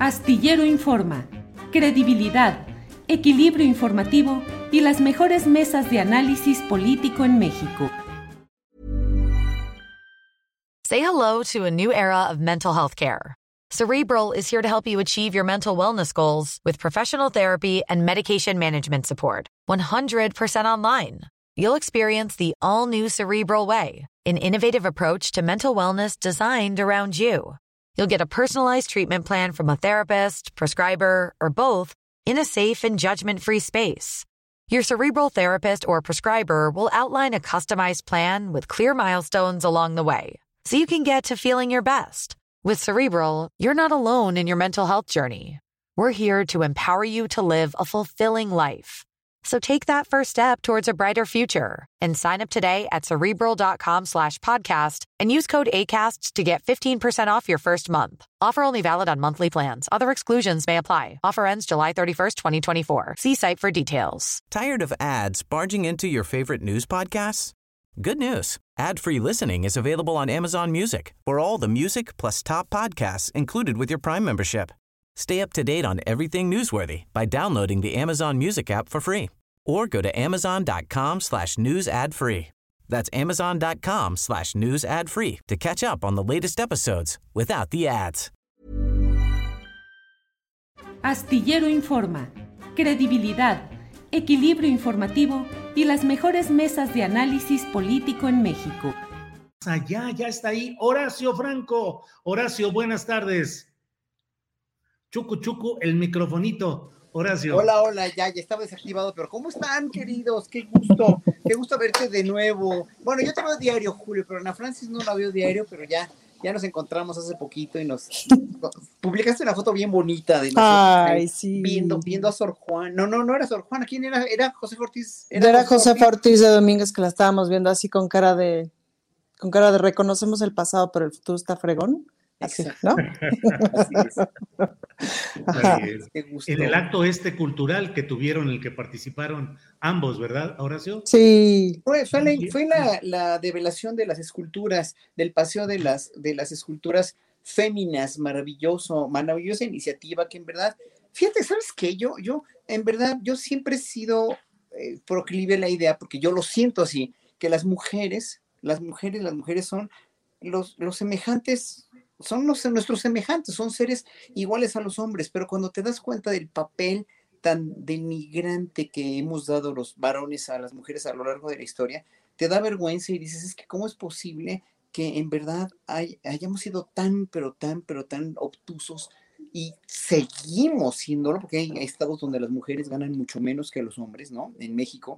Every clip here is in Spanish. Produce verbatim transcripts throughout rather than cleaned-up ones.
Astillero Informa, credibilidad, equilibrio informativo y las mejores mesas de análisis político en México. Say hello to a new era of mental health care. Cerebral is here to help you achieve your mental wellness goals with professional therapy and medication management support. one hundred percent online. You'll experience the all-new Cerebral Way, an innovative approach to mental wellness designed around you. You'll get a personalized treatment plan from a therapist, prescriber, or both in a safe and judgment-free space. Your Cerebral therapist or prescriber will outline a customized plan with clear milestones along the way, so you can get to feeling your best. With Cerebral, you're not alone in your mental health journey. We're here to empower you to live a fulfilling life. So take that first step towards a brighter future and sign up today at Cerebral.com slash podcast and use code ACAST to get fifteen percent off your first month. Offer only valid on monthly plans. Other exclusions may apply. Offer ends July thirty-first, twenty twenty-four. See site for details. Tired of ads barging into your favorite news podcasts? Good news. Ad-free listening is available on Amazon Music for all the music plus top podcasts included with your Prime membership. Stay up to date on everything newsworthy by downloading the Amazon Music app for free or go to amazon.com slash news ad free. That's amazon.com slash news ad free to catch up on the latest episodes without the ads. Astillero Informa, credibilidad, equilibrio informativo y las mejores mesas de análisis político en México. Allá, ya está ahí Horacio Franco. Horacio, buenas tardes. Chucu, chucu, el microfonito, Horacio. Hola, hola, ya, ya estaba desactivado, pero ¿cómo están, queridos? Qué gusto, qué gusto verte de nuevo. Bueno, yo te veo diario, Julio, pero Ana Francis no la veo diario, pero ya, ya nos encontramos hace poquito y nos publicaste una foto bien bonita de nosotros. Ay, ahí, sí. Viendo, viendo a Sor Juan. No, no, no era Sor Juana, ¿quién era? Era José Ortiz. Era, era José Ortiz. Ortiz de Domínguez, que la estábamos viendo así con cara de, con cara de reconocemos el pasado, pero el futuro está fregón. Así, ¿no? Así es. Así es. En el acto este cultural que tuvieron, en el que participaron ambos, ¿verdad, Horacio? Sí. Fue, fue, la, fue la, la develación de las esculturas, del paseo de las, de las esculturas féminas, maravilloso, maravillosa iniciativa que en verdad, fíjate, ¿sabes qué? Yo, yo, en verdad, yo siempre he sido eh, proclive a la idea, porque yo lo siento así, que las mujeres, las mujeres, las mujeres son los, los semejantes, son los, nuestros semejantes, son seres iguales a los hombres, pero cuando te das cuenta del papel tan denigrante que hemos dado los varones a las mujeres a lo largo de la historia, te da vergüenza y dices, es que ¿cómo es posible que en verdad hay, hayamos sido tan, pero tan, pero tan obtusos y seguimos siéndolo? Porque hay estados donde las mujeres ganan mucho menos que los hombres, ¿no? En México.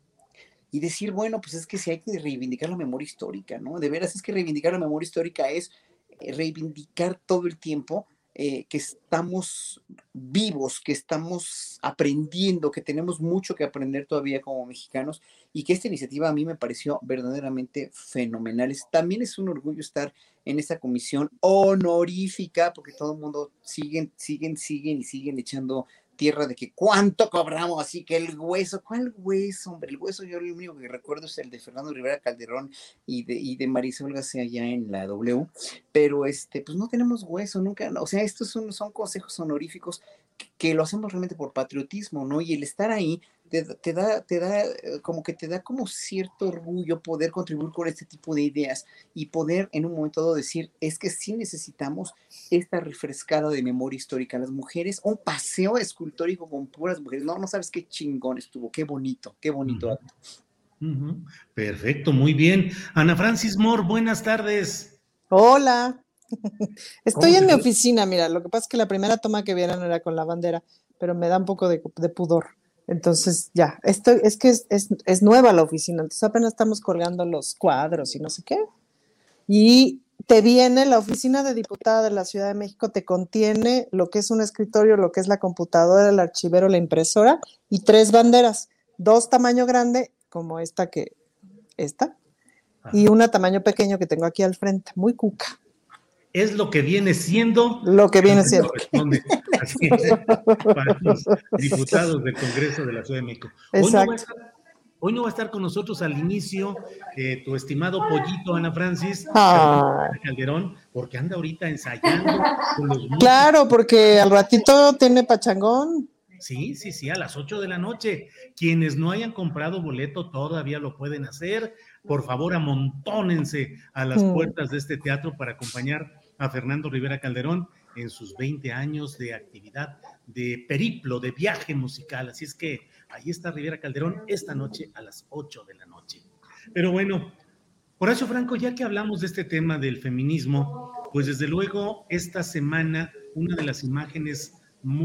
Y decir, bueno, pues es que sí hay que reivindicar la memoria histórica, ¿no? De veras es que reivindicar la memoria histórica es reivindicar todo el tiempo eh, que estamos vivos, que estamos aprendiendo, que tenemos mucho que aprender todavía como mexicanos y que esta iniciativa a mí me pareció verdaderamente fenomenal. Es, también es un orgullo estar en esta comisión honorífica porque todo el mundo siguen, siguen, siguen y siguen echando tierra de que cuánto cobramos, así que el hueso, ¿cuál hueso, hombre? El hueso yo lo único que recuerdo es el de Fernando Rivera Calderón y de, y de Marisol García allá en la W, pero este, pues no tenemos hueso, nunca, o sea, estos son, son consejos honoríficos que, que lo hacemos realmente por patriotismo, ¿no? Y el estar ahí te, te da, te da, como que te da como cierto orgullo poder contribuir con este tipo de ideas y poder en un momento dado decir, es que sí necesitamos esta refrescada de memoria histórica. Las mujeres, un paseo escultórico con puras mujeres, no, no sabes qué chingón estuvo, qué bonito, qué bonito Uh-huh. acto. Uh-huh. Perfecto, muy bien. Ana Francis Moore, buenas tardes. Hola. Estoy en mi te... oficina, mira, lo que pasa es que la primera toma que vieron era con la bandera, pero me da un poco de, de pudor. Entonces, ya, esto, es que es, es, es nueva la oficina, entonces apenas estamos colgando los cuadros y no sé qué. Y te viene la oficina de diputada de la Ciudad de México, te contiene lo que es un escritorio, lo que es la computadora, el archivero, la impresora y tres banderas, dos tamaño grande, como esta que, esta, Ajá. y una tamaño pequeño que tengo aquí al frente, muy cuca. Es lo que viene siendo. Lo que viene siendo. Corresponde. Así es, para los diputados del Congreso de la Ciudad de México. Hoy no, va a estar, Hoy no va a estar con nosotros al inicio eh, tu estimado pollito, Ana Francis Ah. Calderón, porque anda ahorita ensayando con los músicos. Claro, porque al ratito tiene pachangón. Sí, sí, sí, a las ocho de la noche. Quienes no hayan comprado boleto todavía lo pueden hacer. Por favor, amontónense a las Mm. puertas de este teatro para acompañar a Fernando Rivera Calderón en sus veinte años de actividad, de periplo, de viaje musical. Así es que ahí está Rivera Calderón esta noche a las ocho de la noche. Pero bueno, Horacio Franco, ya que hablamos de este tema del feminismo, pues desde luego esta semana una de las imágenes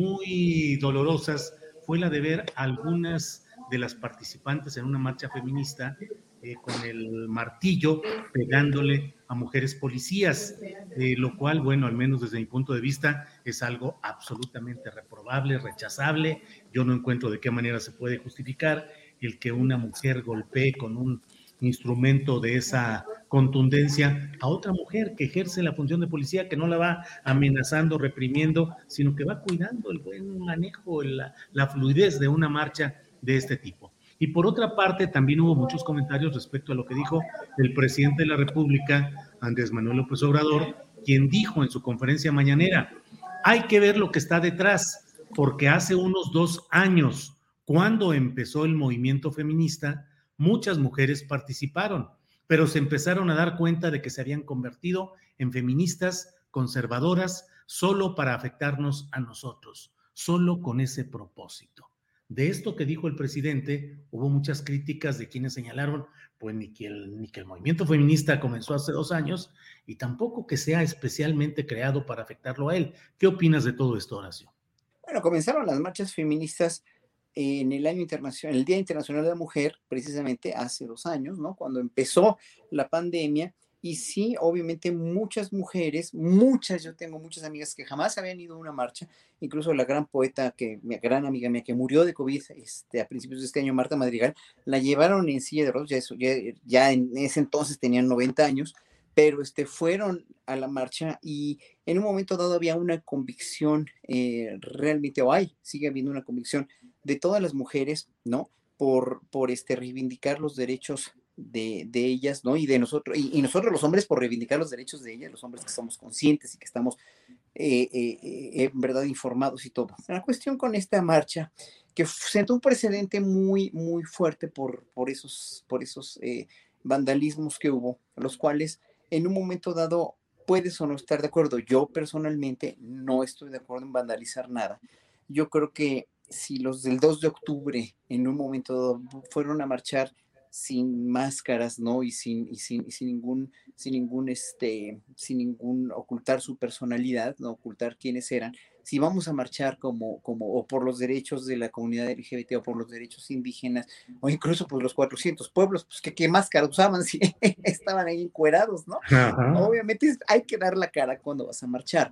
muy dolorosas fue la de ver a algunas de las participantes en una marcha feminista eh, con el martillo pegándole a mujeres policías, eh, lo cual, bueno, al menos desde mi punto de vista, es algo absolutamente reprobable, rechazable. Yo no encuentro de qué manera se puede justificar el que una mujer golpee con un instrumento de esa contundencia a otra mujer que ejerce la función de policía, que no la va amenazando, reprimiendo, sino que va cuidando el buen manejo, la, la fluidez de una marcha de este tipo. Y por otra parte, también hubo muchos comentarios respecto a lo que dijo el presidente de la República, Andrés Manuel López Obrador, quien dijo en su conferencia mañanera: hay que ver lo que está detrás, porque hace unos dos años, cuando empezó el movimiento feminista, muchas mujeres participaron, pero se empezaron a dar cuenta de que se habían convertido en feministas conservadoras solo para afectarnos a nosotros, solo con ese propósito. De esto que dijo el presidente, hubo muchas críticas de quienes señalaron, pues ni que el, ni que el movimiento feminista comenzó hace dos años y tampoco que sea especialmente creado para afectarlo a él. ¿Qué opinas de todo esto, Horacio? Bueno, comenzaron las marchas feministas en el año internacional, el Día Internacional de la Mujer, precisamente hace dos años, ¿no? Cuando empezó la pandemia, y sí, obviamente muchas mujeres, muchas, yo tengo muchas amigas que jamás habían ido a una marcha, incluso la gran poeta, que, mi gran amiga mía, que murió de COVID este, a principios de este año, Marta Madrigal, la llevaron en silla de ruedas, ya, eso, ya, ya en ese entonces tenían noventa años, pero este, fueron a la marcha y en un momento dado había una convicción eh, realmente, o hay, sigue habiendo una convicción de todas las mujeres, ¿no? Por, por este, reivindicar los derechos de, de ellas, ¿no? Y de nosotros, y, y nosotros los hombres por reivindicar los derechos de ellas, los hombres que somos conscientes y que estamos eh, eh, eh, en verdad informados y todo. La cuestión con esta marcha, que sentó un precedente muy, muy fuerte por, por esos, por esos eh, vandalismos que hubo, los cuales en un momento dado puedes o no estar de acuerdo. Yo personalmente no estoy de acuerdo en vandalizar nada. Yo creo que si los del dos de octubre en un momento dado fueron a marchar sin máscaras, ¿no? Y sin, y sin, y sin ningún, sin ningún, este, sin ningún ocultar su personalidad, no ocultar quiénes eran. Si vamos a marchar como, como, o por los derechos de la comunidad L G B T, o por los derechos indígenas, o incluso por los cuatrocientos pueblos, pues ¿qué, qué máscara usaban si estaban ahí encuerados, ¿no? Ajá. Obviamente hay que dar la cara cuando vas a marchar.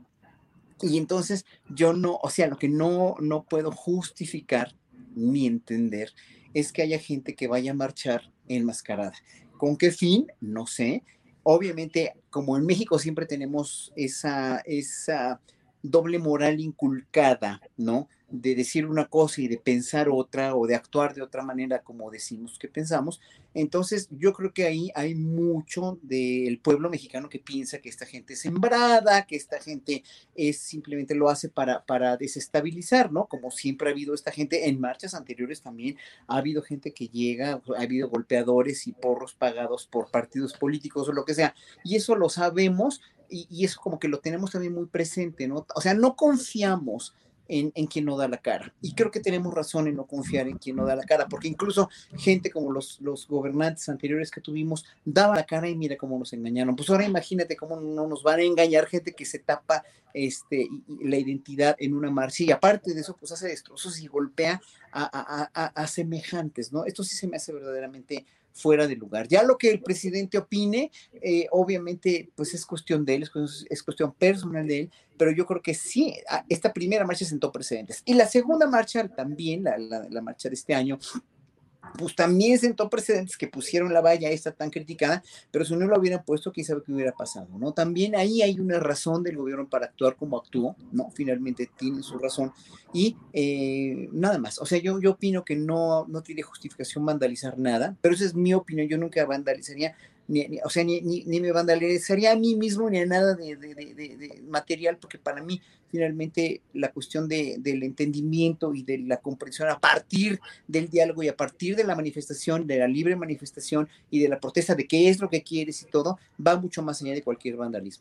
Y entonces yo no, o sea, lo que no, no puedo justificar ni entender es que haya gente que vaya a marchar enmascarada. ¿Con qué fin? No sé. Obviamente, como en México siempre tenemos esa, esa doble moral inculcada, ¿no? De decir una cosa y de pensar otra, o de actuar de otra manera como decimos que pensamos. Entonces, yo creo que ahí hay mucho del pueblo mexicano que piensa que esta gente es sembrada, que esta gente es, simplemente lo hace para, para desestabilizar, ¿no? Como siempre ha habido esta gente, en marchas anteriores también ha habido gente que llega, ha habido golpeadores y porros pagados por partidos políticos o lo que sea, y eso lo sabemos, y, y eso como que lo tenemos también muy presente, ¿no? O sea, no confiamos En, en quien no da la cara. Y creo que tenemos razón en no confiar en quien no da la cara, porque incluso gente como los, los gobernantes anteriores que tuvimos daba la cara y mira cómo nos engañaron. Pues ahora imagínate cómo no nos van a engañar gente que se tapa este, y, y la identidad en una marcha, y aparte de eso, pues hace destrozos y golpea a, a, a, a semejantes, ¿no? Esto sí se me hace verdaderamente fuera de lugar. Ya lo que el presidente opine, eh, obviamente, pues es cuestión de él, es cuestión, es cuestión personal de él, pero yo creo que sí, esta primera marcha sentó precedentes. Y la segunda marcha también, la, la, la marcha de este año, pues también sentó precedentes que pusieron la valla esta tan criticada, pero si no lo hubieran puesto, quién sabe qué hubiera pasado, ¿no? También ahí hay una razón del gobierno para actuar como actuó, ¿no? Finalmente tienen su razón y eh, nada más. O sea, yo, yo opino que no, no tiene justificación vandalizar nada, pero esa es mi opinión. Yo nunca vandalizaría, ni, ni, o sea, ni, ni, ni me vandalizaría a mí mismo ni a nada de, de, de, de, de material, porque para mí finalmente la cuestión de, del entendimiento y de la comprensión a partir del diálogo y a partir de la manifestación, de la libre manifestación y de la protesta de qué es lo que quieres y todo, va mucho más allá de cualquier vandalismo.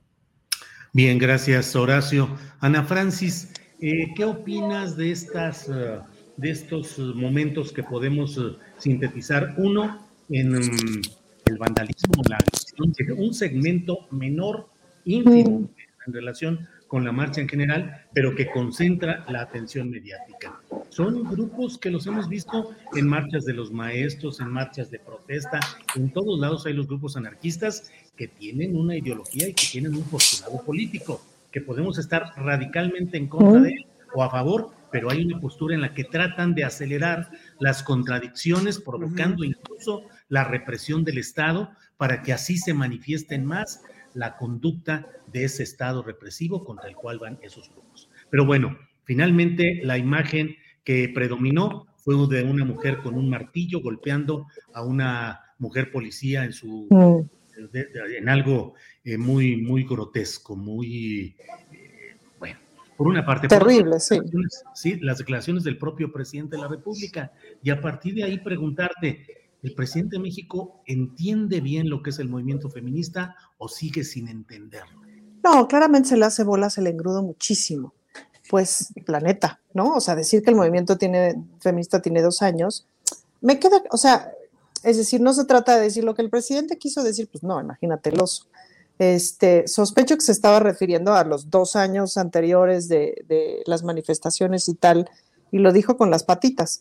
Bien, gracias, Horacio. Ana Francis, eh, ¿qué opinas de estas, uh, de estos momentos que podemos uh, sintetizar? Uno, en um, el vandalismo, la agresión, un segmento menor, ínfimo, mm. en relación con la marcha en general, pero que concentra la atención mediática. Son grupos que los hemos visto en marchas de los maestros, en marchas de protesta, en todos lados hay los grupos anarquistas que tienen una ideología y que tienen un postulado político, que podemos estar radicalmente en contra de él o a favor, pero hay una postura en la que tratan de acelerar las contradicciones, provocando uh-huh. incluso la represión del Estado, para que así se manifiesten más la conducta de ese Estado represivo contra el cual van esos grupos. Pero bueno, finalmente la imagen que predominó fue de una mujer con un martillo golpeando a una mujer policía en su mm. de, de, en algo eh, muy, muy grotesco, muy eh, bueno, por una parte terrible, por sí. sí, las declaraciones del propio presidente de la República, y a partir de ahí preguntarte, ¿el presidente de México entiende bien lo que es el movimiento feminista o sigue sin entenderlo? No, claramente se le hace bolas el engrudo muchísimo. Pues, planeta, ¿no? O sea, decir que el movimiento tiene, feminista tiene dos años, me queda, o sea, es decir, no se trata de decir lo que el presidente quiso decir, pues no, imagínate el oso. Este, sospecho que se estaba refiriendo a los dos años anteriores de, de las manifestaciones y tal, y lo dijo con las patitas,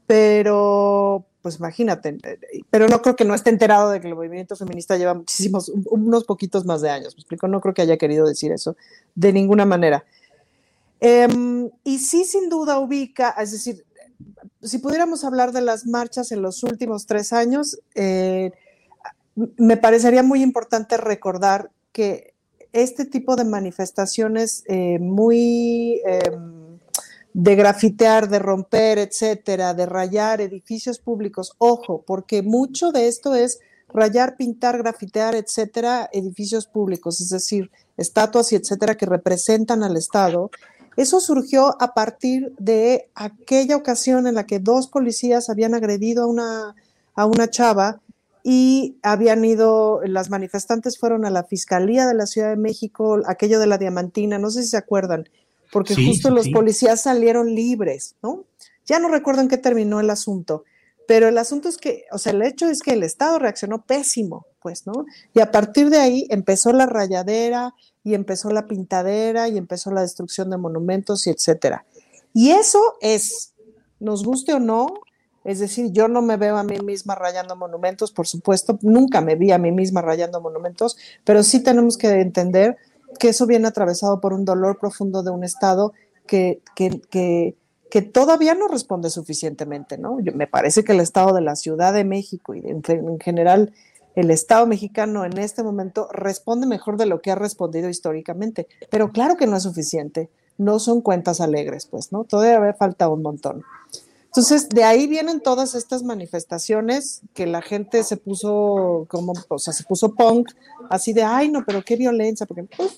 pero pues imagínate, pero no creo que no esté enterado de que el movimiento feminista lleva muchísimos, unos poquitos más de años, me explico, no creo que haya querido decir eso de ninguna manera. Eh, y sí, sin duda ubica, es decir, si pudiéramos hablar de las marchas en los últimos tres años, eh, me parecería muy importante recordar que este tipo de manifestaciones eh, muy eh, de grafitear, de romper, etcétera, de rayar edificios públicos, ojo, porque mucho de esto es rayar, pintar, grafitear, etcétera, edificios públicos, es decir, estatuas y etcétera que representan al Estado. Eso surgió a partir de aquella ocasión en la que dos policías habían agredido a una, a una chava y habían ido, las manifestantes fueron a la Fiscalía de la Ciudad de México, aquello de la Diamantina, no sé si se acuerdan, porque sí, justo sí, los sí. policías salieron libres, ¿no? Ya no recuerdo en qué terminó el asunto, pero el asunto es que, o sea, el hecho es que el Estado reaccionó pésimo, pues, ¿no? Y a partir de ahí empezó la rayadera, y empezó la pintadera, y empezó la destrucción de monumentos, y etcétera. Y eso es, nos guste o no, es decir, yo no me veo a mí misma rayando monumentos, por supuesto, nunca me vi a mí misma rayando monumentos, pero sí tenemos que entender que eso viene atravesado por un dolor profundo de un Estado que, que, que, que todavía no responde suficientemente, ¿no? Yo, me parece que el Estado de la Ciudad de México y de, en, en general el Estado mexicano en este momento responde mejor de lo que ha respondido históricamente, pero claro que no es suficiente, no son cuentas alegres, pues, ¿no? Todavía falta un montón. Entonces, de ahí vienen todas estas manifestaciones que la gente se puso como, o sea, se puso punk, así de, ay, no, pero qué violencia, porque pues,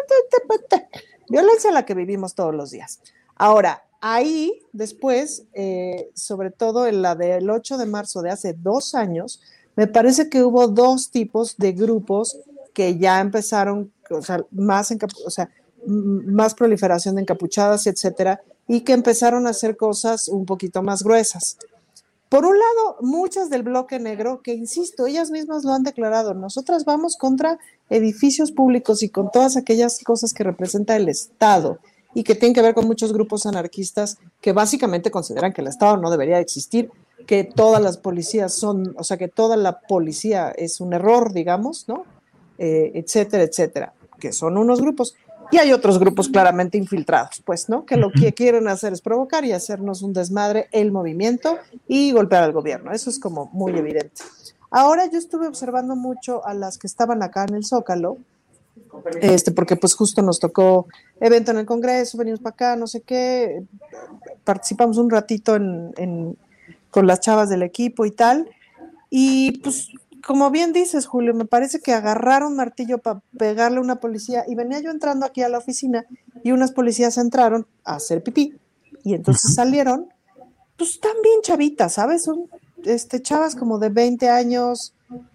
violencia la que vivimos todos los días. Ahora, ahí, después, eh, sobre todo en la del ocho de marzo de hace dos años, me parece que hubo dos tipos de grupos que ya empezaron, o sea, más, encapu- o sea, m- más proliferación de encapuchadas, etcétera, y que empezaron a hacer cosas un poquito más gruesas. Por un lado, muchas del bloque negro, que insisto, ellas mismas lo han declarado, nosotras vamos contra edificios públicos y con todas aquellas cosas que representa el Estado y que tienen que ver con muchos grupos anarquistas que básicamente consideran que el Estado no debería existir, que todas las policías son, o sea, que toda la policía es un error, digamos, ¿no? Eh, etcétera, etcétera, que son unos grupos. Y hay otros grupos claramente infiltrados, pues, ¿no? Que lo que quieren hacer es provocar y hacernos un desmadre el movimiento y golpear al gobierno. Eso es como muy evidente. Ahora yo estuve observando mucho a las que estaban acá en el Zócalo, este, porque pues justo nos tocó evento en el Congreso, venimos para acá, no sé qué, participamos un ratito en, en, con las chavas del equipo y tal, y pues como bien dices, Julio, me parece que agarraron martillo para pegarle a una policía y venía yo entrando aquí a la oficina y unas policías entraron a hacer pipí y entonces salieron, pues están bien chavitas, ¿sabes? Son este, chavas como de veinte años.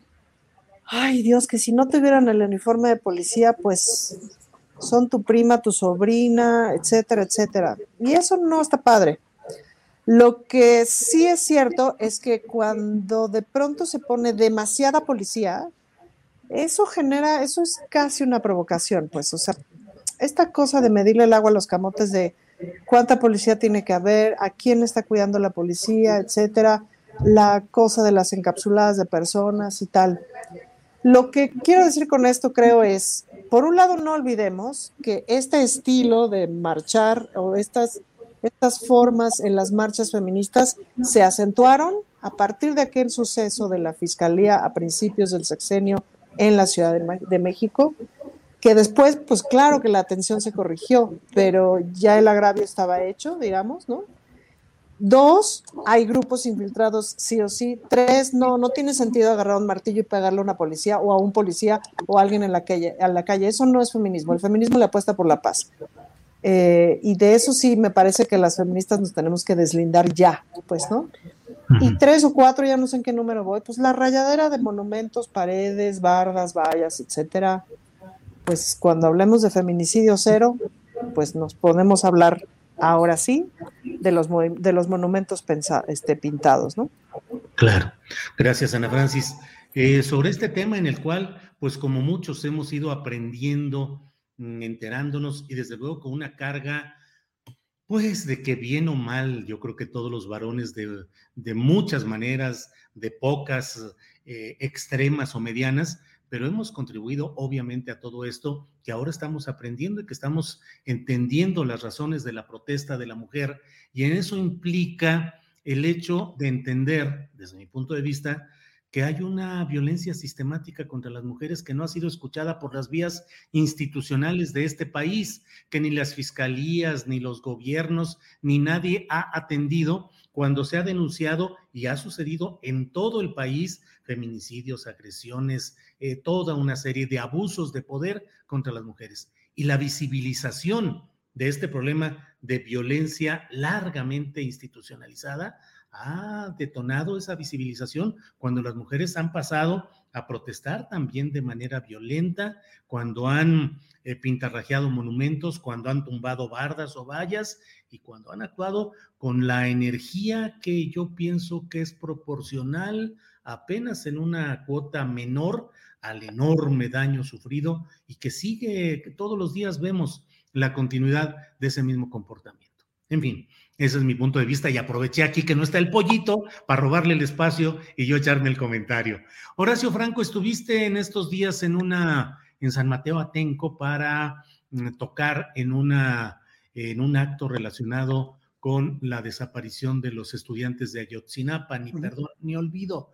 Ay, Dios, que si no tuvieran el uniforme de policía, pues son tu prima, tu sobrina, etcétera, etcétera. Y eso no está padre. Lo que sí es cierto es que cuando de pronto se pone demasiada policía, eso genera, eso es casi una provocación, pues, o sea, esta cosa de medirle el agua a los camotes de cuánta policía tiene que haber, a quién está cuidando la policía, etcétera, la cosa de las encapsuladas de personas y tal. Lo que quiero decir con esto, creo, es, por un lado, no olvidemos que este estilo de marchar o estas Estas formas en las marchas feministas se acentuaron a partir de aquel suceso de la Fiscalía a principios del sexenio en la Ciudad de, de México, que después, pues claro que la atención se corrigió, pero ya el agravio estaba hecho, digamos, ¿no? Dos, hay grupos infiltrados sí o sí. Tres, no, no tiene sentido agarrar un martillo y pegarle a una policía o a un policía o a alguien en la calle. En la calle. Eso no es feminismo. El feminismo le apuesta por la paz. Eh, y de eso sí me parece que las feministas nos tenemos que deslindar ya, pues, ¿no? Uh-huh. Y tres o cuatro, ya no sé en qué número voy, pues la rayadera de monumentos, paredes, bardas, vallas, etcétera. Pues cuando hablemos de feminicidio cero, pues nos podemos hablar ahora sí de los, de los monumentos pensa, este, pintados, ¿no? Claro. Gracias, Ana Francis. Eh, sobre este tema en el cual, pues como muchos hemos ido aprendiendo, enterándonos y desde luego con una carga, pues de que bien o mal, yo creo que todos los varones de, de muchas maneras, de pocas, eh, extremas o medianas, pero hemos contribuido obviamente a todo esto que ahora estamos aprendiendo y que estamos entendiendo las razones de la protesta de la mujer, y en eso implica el hecho de entender, desde mi punto de vista, que hay una violencia sistemática contra las mujeres que no ha sido escuchada por las vías institucionales de este país, que ni las fiscalías, ni los gobiernos, ni nadie ha atendido cuando se ha denunciado y ha sucedido en todo el país feminicidios, agresiones, eh, toda una serie de abusos de poder contra las mujeres. Y la visibilización de este problema de violencia largamente institucionalizada ha detonado esa visibilización cuando las mujeres han pasado a protestar también de manera violenta, cuando han eh, pintarrajeado monumentos, cuando han tumbado bardas o vallas y cuando han actuado con la energía que yo pienso que es proporcional apenas en una cuota menor al enorme daño sufrido y que sigue, que todos los días vemos la continuidad de ese mismo comportamiento. En fin, ese es mi punto de vista y aproveché aquí que no está el pollito para robarle el espacio y yo echarme el comentario. Horacio Franco, estuviste en estos días en una, en San Mateo Atenco para mm, tocar en una, en un acto relacionado con la desaparición de los estudiantes de Ayotzinapa, ni perdón, ni olvido.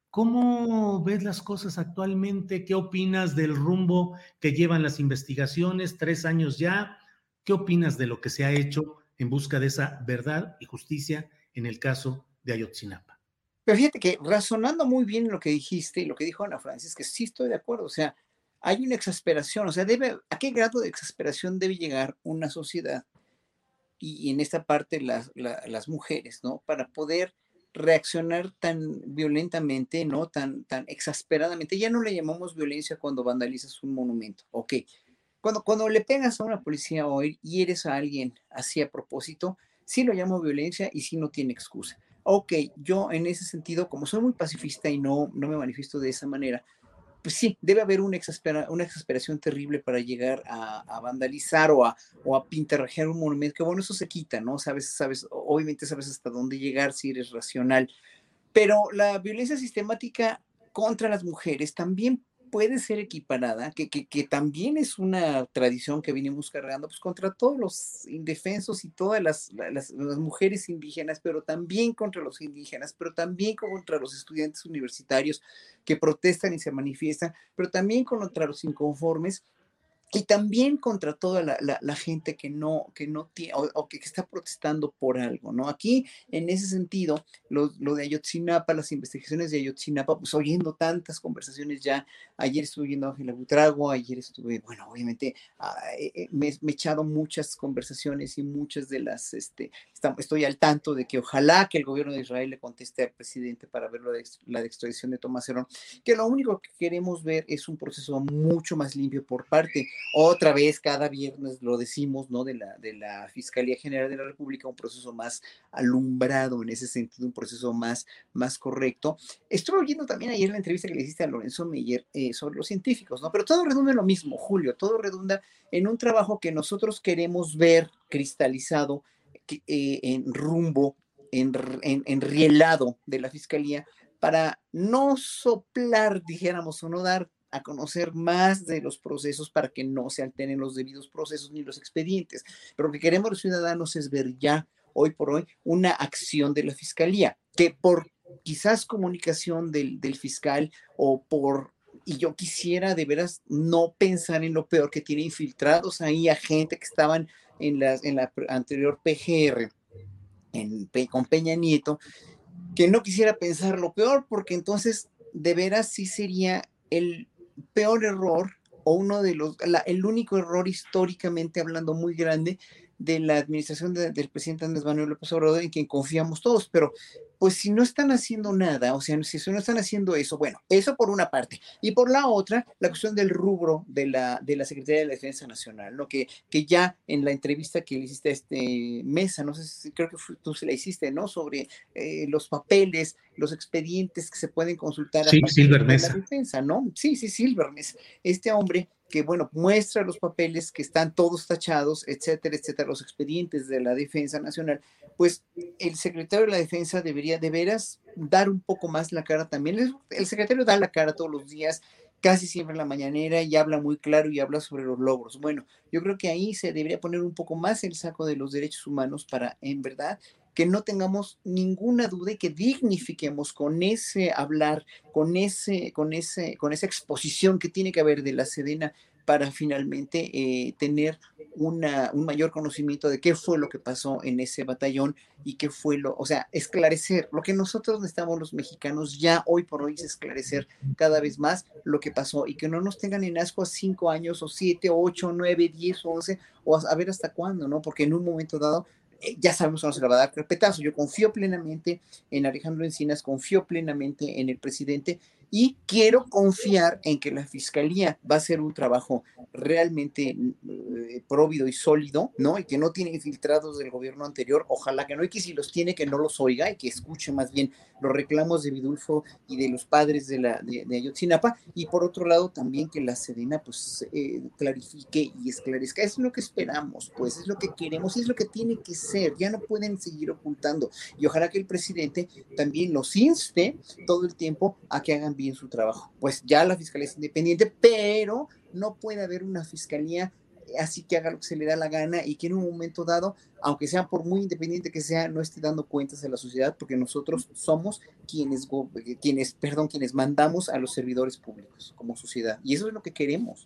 ¿Cómo ves las cosas actualmente? ¿Qué opinas del rumbo que llevan las investigaciones? Tres años ya. ¿Qué opinas de lo que se ha hecho en busca de esa verdad y justicia en el caso de Ayotzinapa? Pero fíjate que razonando muy bien lo que dijiste y lo que dijo Ana Francis, que sí estoy de acuerdo, o sea, hay una exasperación, o sea, debe, ¿a qué grado de exasperación debe llegar una sociedad y, y en esta parte las, la, las mujeres, ¿no? Para poder reaccionar tan violentamente, ¿no? Tan, tan exasperadamente. Ya no le llamamos violencia cuando vandalizas un monumento, ok. Cuando, cuando le pegas a una policía o hieres a alguien así a propósito, sí lo llamo violencia y sí no tiene excusa. Ok, yo en ese sentido, como soy muy pacifista y no, no me manifiesto de esa manera, pues sí, debe haber una, exaspera, una exasperación terrible para llegar a, a vandalizar o a, o a pintarrajear un monumento, que bueno, eso se quita, ¿no? Sabes, sabes, obviamente sabes hasta dónde llegar si eres racional, pero la violencia sistemática contra las mujeres también puede ser equiparada, que, que, que también es una tradición que venimos cargando, pues contra todos los indefensos y todas las, las, las mujeres indígenas, pero también contra los indígenas, pero también contra los estudiantes universitarios que protestan y se manifiestan, pero también contra los inconformes. Y también contra toda la, la, la gente que no, que no tiene, o, o que está protestando por algo, ¿no? Aquí, en ese sentido, lo, lo de Ayotzinapa, las investigaciones de Ayotzinapa, pues oyendo tantas conversaciones ya, ayer estuve viendo a Ángela Buitrago, ayer estuve, bueno, obviamente, eh, me, me he echado muchas conversaciones y muchas de las, este, está, estoy al tanto de que ojalá que el gobierno de Israel le conteste al presidente para ver lo de, la de extradición de Tomás Herón, que lo único que queremos ver es un proceso mucho más limpio por parte. Otra vez, cada viernes lo decimos, ¿no? De la, de la Fiscalía General de la República, un proceso más alumbrado en ese sentido, un proceso más, más correcto. Estuve oyendo también ayer la entrevista que le hiciste a Lorenzo Meyer eh, sobre los científicos, ¿no? Pero todo redunda en lo mismo, Julio, todo redunda en un trabajo que nosotros queremos ver cristalizado que, eh, en rumbo, en, en, enrielado de la Fiscalía, para no soplar, dijéramos, o no dar a conocer más de los procesos para que no se alteren los debidos procesos ni los expedientes. Pero lo que queremos los ciudadanos es ver ya, hoy por hoy, una acción de la Fiscalía, que por quizás comunicación del, del fiscal o por, y yo quisiera de veras no pensar en lo peor, que tiene infiltrados ahí a gente que estaban en la, en la anterior P G R, en, con Peña Nieto, que no quisiera pensar lo peor, porque entonces de veras sí sería el peor error o uno de los, la, el único error históricamente hablando muy grande de la administración de, del presidente Andrés Manuel López Obrador, en quien confiamos todos. Pero pues si no están haciendo nada, o sea, si no están haciendo eso, bueno, eso por una parte. Y por la otra, la cuestión del rubro de la, de la Secretaría de la Defensa Nacional, ¿no? Que, que ya en la entrevista que le hiciste a este Mesa, no sé si creo que fue, tú se la hiciste, ¿no? Sobre eh, los papeles, los expedientes que se pueden consultar sí, a partir Silver de Mesa. la defensa, ¿no? Sí, sí, Silver Mesa. Este hombre que, bueno, muestra los papeles que están todos tachados, etcétera, etcétera, los expedientes de la Defensa Nacional, pues el secretario de la Defensa debería de veras dar un poco más la cara también. El, el secretario da la cara todos los días, casi siempre en la mañanera, y habla muy claro y habla sobre los logros. Bueno, yo creo que ahí se debería poner un poco más el saco de los derechos humanos para, en verdad, que no tengamos ninguna duda y que dignifiquemos con ese hablar, con ese, con ese, con esa exposición que tiene que haber de la Sedena para finalmente eh, tener una, un mayor conocimiento de qué fue lo que pasó en ese batallón y qué fue lo, o sea, esclarecer. Lo que nosotros necesitamos los mexicanos ya hoy por hoy es esclarecer cada vez más lo que pasó y que no nos tengan en asco a cinco años o siete, ocho, nueve, diez, once o a, a ver hasta cuándo, ¿no? Porque en un momento dado ya sabemos que no se le va a dar carpetazo. Yo confío plenamente en Alejandro Encinas, confío plenamente en el presidente y quiero confiar en que la Fiscalía va a hacer un trabajo realmente eh, próvido y sólido, ¿no? Y que no tiene infiltrados del gobierno anterior, ojalá que no, y que si los tiene, que no los oiga y que escuche más bien los reclamos de Vidulfo y de los padres de, la, de, de Ayotzinapa, y por otro lado también que la Sedena pues eh, clarifique y esclarezca. Eso es lo que esperamos, pues es lo que queremos y es lo que tiene que ser. Ya no pueden seguir ocultando y ojalá que el presidente también los inste todo el tiempo a que hagan bien su trabajo. Pues ya la Fiscalía es independiente, pero no puede haber una Fiscalía así que haga lo que se le da la gana y que en un momento dado, aunque sea por muy independiente que sea, no esté dando cuentas a la sociedad, porque nosotros somos quienes, quienes, perdón, quienes mandamos a los servidores públicos como sociedad, y eso es lo que queremos.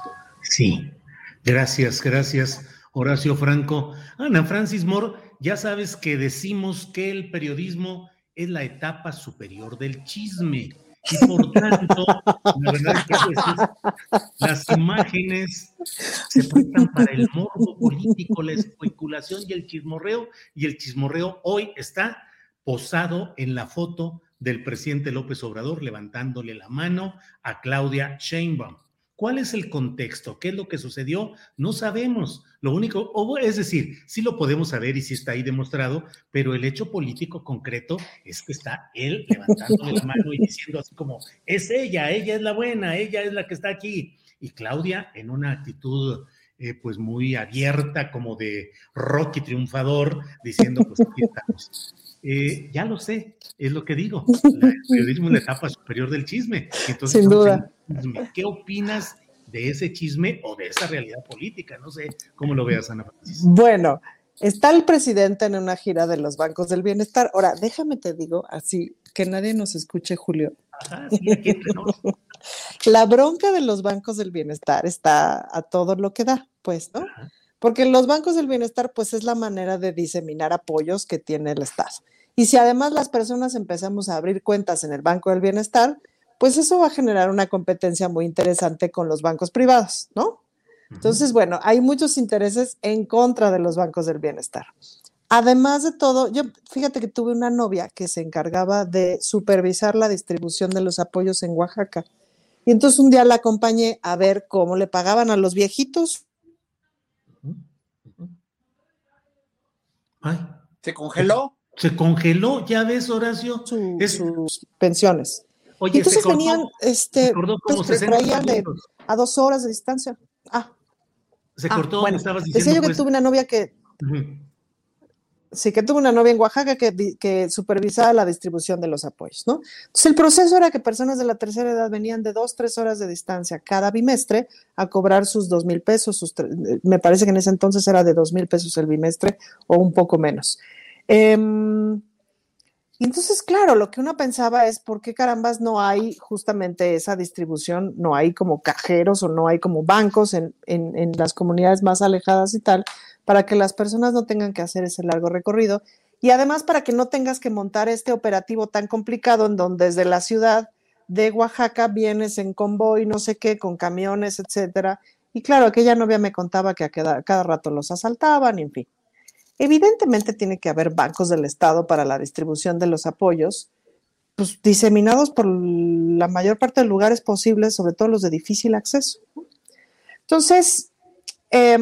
Sí, gracias, gracias, Horacio Franco. Ana Francis Moore, ya sabes que decimos que el periodismo es la etapa superior del chisme. Y por tanto, la verdad es que a veces las imágenes se prestan para el morbo político, la especulación y el chismorreo, y el chismorreo hoy está posado en la foto del presidente López Obrador levantándole la mano a Claudia Sheinbaum. ¿Cuál es el contexto? ¿Qué es lo que sucedió? No sabemos. Lo único, es decir, sí lo podemos saber y sí está ahí demostrado, pero el hecho político concreto es que está él levantándole la mano y diciendo así como, es ella, ella es la buena, ella es la que está aquí. Y Claudia en una actitud eh, pues muy abierta, como de Rocky triunfador, diciendo pues aquí estamos. Eh, ya lo sé, es lo que digo. La, el periodismo es la etapa superior del chisme. Entonces, sin duda. Chisme. ¿Qué opinas de ese chisme o de esa realidad política? No sé cómo lo veas, Ana Francisca. Bueno, está el presidente en una gira de los bancos del bienestar. Ahora, déjame te digo, así que nadie nos escuche, Julio. Ajá, sí, aquí entre nos. La bronca de los bancos del bienestar está a todo lo que da, pues, ¿no? Ajá. Porque los bancos del bienestar, pues, es la manera de diseminar apoyos que tiene el Estado. Y si además las personas empezamos a abrir cuentas en el Banco del Bienestar, pues eso va a generar una competencia muy interesante con los bancos privados, ¿no? Entonces, bueno, hay muchos intereses en contra de los bancos del bienestar. Además de todo, yo fíjate que tuve una novia que se encargaba de supervisar la distribución de los apoyos en Oaxaca. Y entonces un día la acompañé a ver cómo le pagaban a los viejitos. Ay. ¿Se congeló? Se congeló, ya ves, Horacio. Su, es... Sus pensiones. Oye, y entonces se cortó, venían, este, se cortó como pues, traían de, a dos horas de distancia. Ah. Se ah, cortó, bueno, me estabas diciendo. Decía yo que pues... tuve una novia que... Uh-huh. Sí, que tuve una novia en Oaxaca que, que supervisaba la distribución de los apoyos, ¿no? Entonces, el proceso era que personas de la tercera edad venían de dos, tres horas de distancia cada bimestre a cobrar sus dos mil pesos, sus tre- me parece que en ese entonces era de dos mil pesos el bimestre o un poco menos. Eh, y entonces, claro, lo que uno pensaba es por qué carambas no hay justamente esa distribución, no hay como cajeros o no hay como bancos en, en, en las comunidades más alejadas y tal, para que las personas no tengan que hacer ese largo recorrido y además para que no tengas que montar este operativo tan complicado en donde desde la ciudad de Oaxaca vienes en convoy, no sé qué, con camiones, etcétera. Y claro, aquella novia me contaba que a cada, cada rato los asaltaban, en fin. Evidentemente tiene que haber bancos del Estado para la distribución de los apoyos, pues diseminados por la mayor parte de lugares posibles, sobre todo los de difícil acceso. Entonces, eh,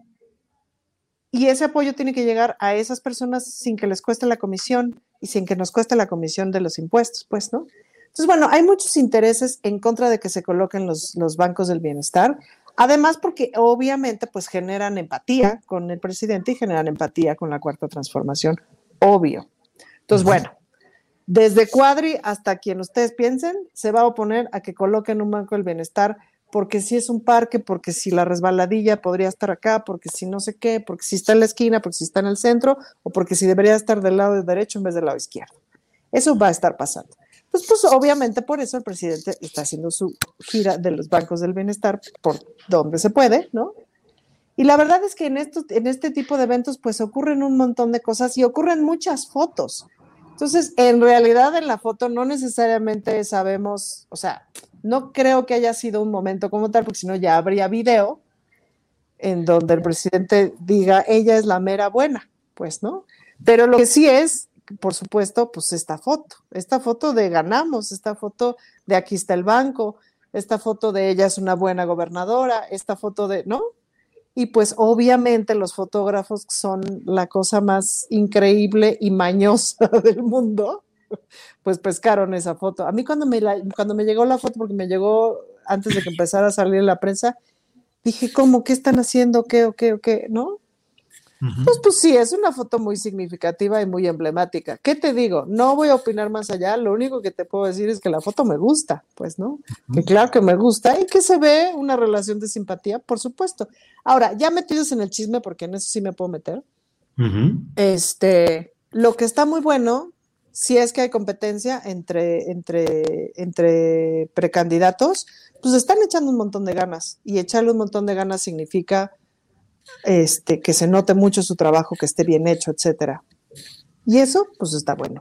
y ese apoyo tiene que llegar a esas personas sin que les cueste la comisión y sin que nos cueste la comisión de los impuestos, pues, ¿no? Entonces, bueno, hay muchos intereses en contra de que se coloquen los, los bancos del bienestar, además porque obviamente pues generan empatía con el presidente y generan empatía con la Cuarta Transformación, obvio. Entonces, bueno, desde Cuadri hasta quien ustedes piensen, se va a oponer a que coloquen un banco del bienestar porque si es un parque, porque si la resbaladilla podría estar acá, porque si no sé qué, porque si está en la esquina, porque si está en el centro, o porque si debería estar del lado derecho en vez del lado izquierdo. Eso va a estar pasando. Pues, pues obviamente por eso el presidente está haciendo su gira de los bancos del bienestar por donde se puede, ¿no? Y la verdad es que en, estos, en este tipo de eventos pues ocurren un montón de cosas y ocurren muchas fotos. Entonces, en realidad en la foto no necesariamente sabemos, o sea, no creo que haya sido un momento como tal, porque si no ya habría video en donde el presidente diga, ella es la mera buena, pues, ¿no? Pero lo que sí es, por supuesto, pues esta foto, esta foto de ganamos, esta foto de aquí está el banco, esta foto de ella es una buena gobernadora, esta foto de, ¿no? Y pues obviamente los fotógrafos son la cosa más increíble y mañosa del mundo, pues pescaron esa foto. A mí cuando me, la, cuando me llegó la foto, porque me llegó antes de que empezara a salir en la prensa, dije, ¿cómo? ¿Qué están haciendo? ¿Qué o qué o qué? ¿No? Uh-huh. Pues, pues sí, es una foto muy significativa y muy emblemática. ¿Qué te digo? No voy a opinar más allá, lo único que te puedo decir es que la foto me gusta, pues, ¿no? Uh-huh. Que claro que me gusta y que se ve una relación de simpatía, por supuesto. Ahora, ya metidos en el chisme, porque en eso sí me puedo meter, uh-huh. este, lo que está muy bueno, si es que hay competencia entre, entre, entre precandidatos, pues están echando un montón de ganas, y echarle un montón de ganas significa Este, que se note mucho su trabajo, que esté bien hecho, etcétera. Y eso, pues está bueno.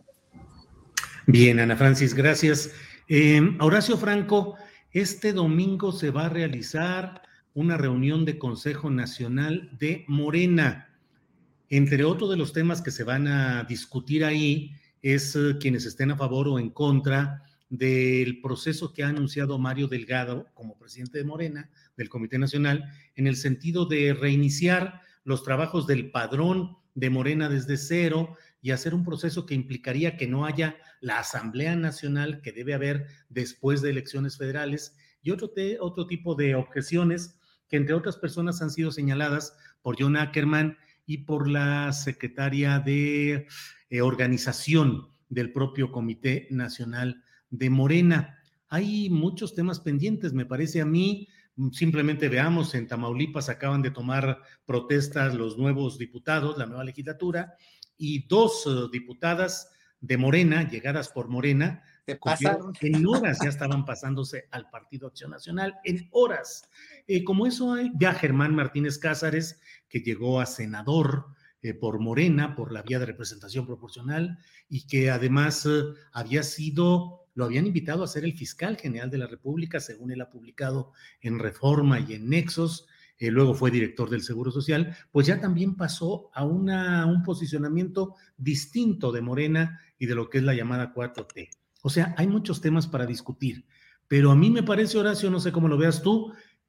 Bien, Ana Francis, gracias. Eh, Horacio Franco, este domingo se va a realizar una reunión de Consejo Nacional de Morena. Entre otros de los temas que se van a discutir ahí es uh, quienes estén a favor o en contra del proceso que ha anunciado Mario Delgado como presidente de Morena, del Comité Nacional, en el sentido de reiniciar los trabajos del padrón de Morena desde cero y hacer un proceso que implicaría que no haya la Asamblea Nacional que debe haber después de elecciones federales y otro, te, otro tipo de objeciones que entre otras personas han sido señaladas por John Ackerman y por la secretaria de eh, organización del propio Comité Nacional de Morena. Hay muchos temas pendientes, me parece a mí. Simplemente veamos, en Tamaulipas acaban de tomar protestas los nuevos diputados, la nueva legislatura, y dos uh, diputadas de Morena, llegadas por Morena, se pasaron. En horas ya estaban pasándose al Partido Acción Nacional, en horas. Eh, como eso hay, ya Germán Martínez Cázares, que llegó a senador eh, por Morena, por la vía de representación proporcional, y que además eh, había sido... Lo habían invitado a ser el fiscal general de la República, según él ha publicado en Reforma y en Nexos, eh, luego fue director del Seguro Social, pues ya también pasó a una, un posicionamiento distinto de Morena y de lo que es la llamada cuatro T. O sea, hay muchos temas para discutir, pero a mí me parece, Horacio, no sé cómo lo veas tú,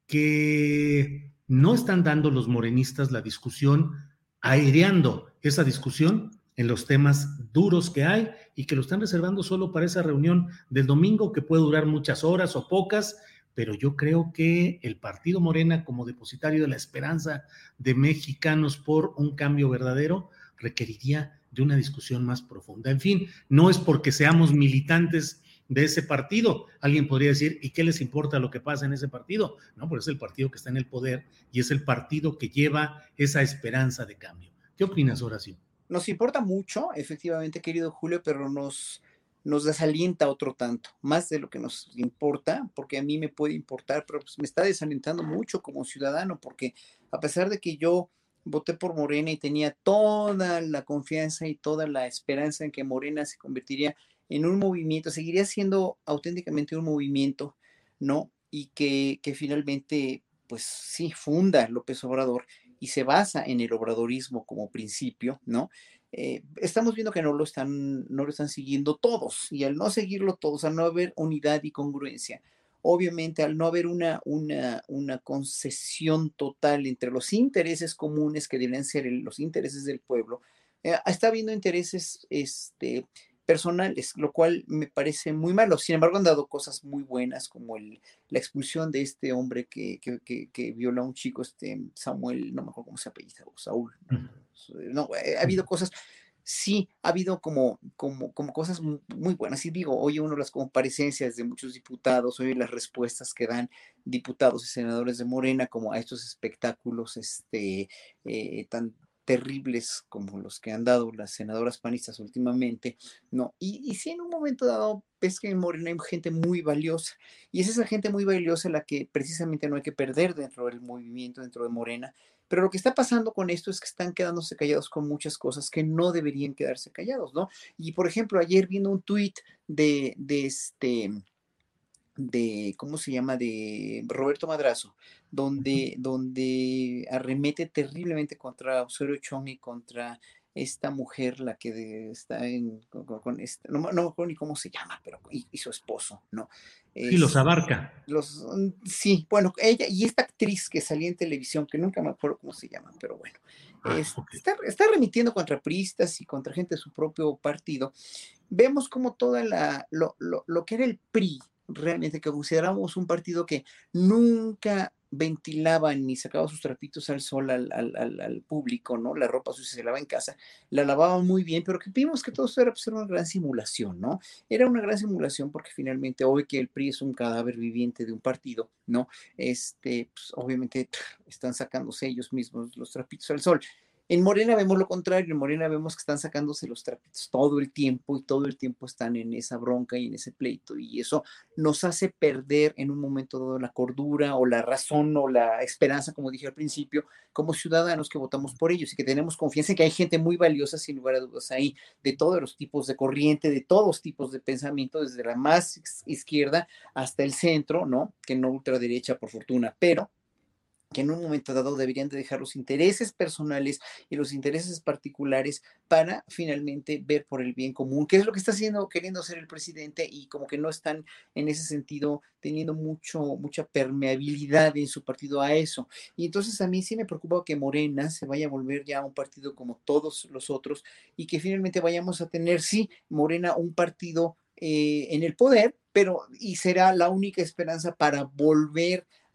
que no están dando los morenistas la discusión, aireando esa discusión en los temas duros que hay y que lo están reservando solo para esa reunión del domingo que puede durar muchas horas o pocas, pero yo creo que el Partido Morena, como depositario de la esperanza de mexicanos por un cambio verdadero, requeriría de una discusión más profunda. En fin, no es porque seamos militantes de ese partido. Alguien podría decir, ¿y qué les importa lo que pasa en ese partido? No, pero es el partido que está en el poder y es el partido que lleva esa esperanza de cambio. ¿Qué opinas, Horacio? Nos importa mucho, efectivamente, querido Julio, pero nos, nos desalienta otro tanto, más de lo que nos importa, porque a mí me puede importar, pero pues me está desalentando mucho como ciudadano, porque a pesar de que yo voté por Morena y tenía toda la confianza y toda la esperanza en que Morena se convertiría en un movimiento, seguiría siendo auténticamente un movimiento, ¿no? Y que, que finalmente, pues sí, funda López Obrador y se basa en el obradorismo como principio, ¿no? Eh, estamos viendo que no lo están, no lo están siguiendo todos, y al no seguirlo todos, al no haber unidad y congruencia, obviamente al no haber una, una, una concesión total entre los intereses comunes que deben ser el, los intereses del pueblo, eh, está habiendo intereses este, personales, lo cual me parece muy malo. Sin embargo, han dado cosas muy buenas, como el, la expulsión de este hombre que, que, que, que violó a un chico, este Samuel, no me acuerdo cómo se apellida, Saúl. No, ha habido cosas, sí, ha habido como, como, como cosas muy buenas. Y digo, oye uno las comparecencias de muchos diputados, oye las respuestas que dan diputados y senadores de Morena como a estos espectáculos este, eh, tan terribles como los que han dado las senadoras panistas últimamente, ¿no? Y, y sí, en un momento dado, ves que en Morena hay gente muy valiosa, y es esa gente muy valiosa la que precisamente no hay que perder dentro del movimiento, dentro de Morena, pero lo que está pasando con esto es que están quedándose callados con muchas cosas que no deberían quedarse callados, ¿no? Y, por ejemplo, ayer viendo un tuit de, de este... de, ¿cómo se llama?, de Roberto Madrazo, donde, donde arremete terriblemente contra Osorio Chong y contra esta mujer, la que de, está en, con, con esta, no, no me acuerdo ni cómo se llama, pero, y, y su esposo, ¿no? Sí, los Es, abarca. los, sí, bueno, ella y esta actriz que salía en televisión, que nunca me acuerdo cómo se llama, pero bueno, Ah, es, okay. está, está remitiendo contra priistas y contra gente de su propio partido. Vemos como toda la, lo, lo, lo que era el P R I, realmente, que consideramos un partido que nunca ventilaba ni sacaba sus trapitos al sol al, al, al, al público, ¿no? La ropa sucia se lava en casa, la lavaban muy bien, pero que vimos que todo esto era pues, una gran simulación, ¿no? Era una gran simulación porque finalmente hoy que el P R I es un cadáver viviente de un partido, ¿no? Este, pues, obviamente están sacándose ellos mismos los trapitos al sol. En Morena vemos lo contrario, en Morena vemos que están sacándose los trapitos todo el tiempo y todo el tiempo están en esa bronca y en ese pleito, y eso nos hace perder en un momento dado la cordura o la razón o la esperanza, como dije al principio, como ciudadanos que votamos por ellos y que tenemos confianza en que hay gente muy valiosa, sin lugar a dudas, ahí, de todos los tipos de corriente, de todos los tipos de pensamiento, desde la más izquierda hasta el centro, ¿no? Que no ultraderecha, por fortuna, pero que en un momento dado deberían de dejar los intereses personales y los intereses particulares para finalmente ver por el bien común, que es lo que está haciendo, queriendo hacer el presidente, y como que no están en ese sentido teniendo mucho, mucha permeabilidad en su partido a eso. Y entonces a mí sí me preocupa que Morena se vaya a volver ya un partido como todos los otros y que finalmente vayamos a tener, sí, Morena, un partido eh, en el poder, pero y será la única esperanza para volver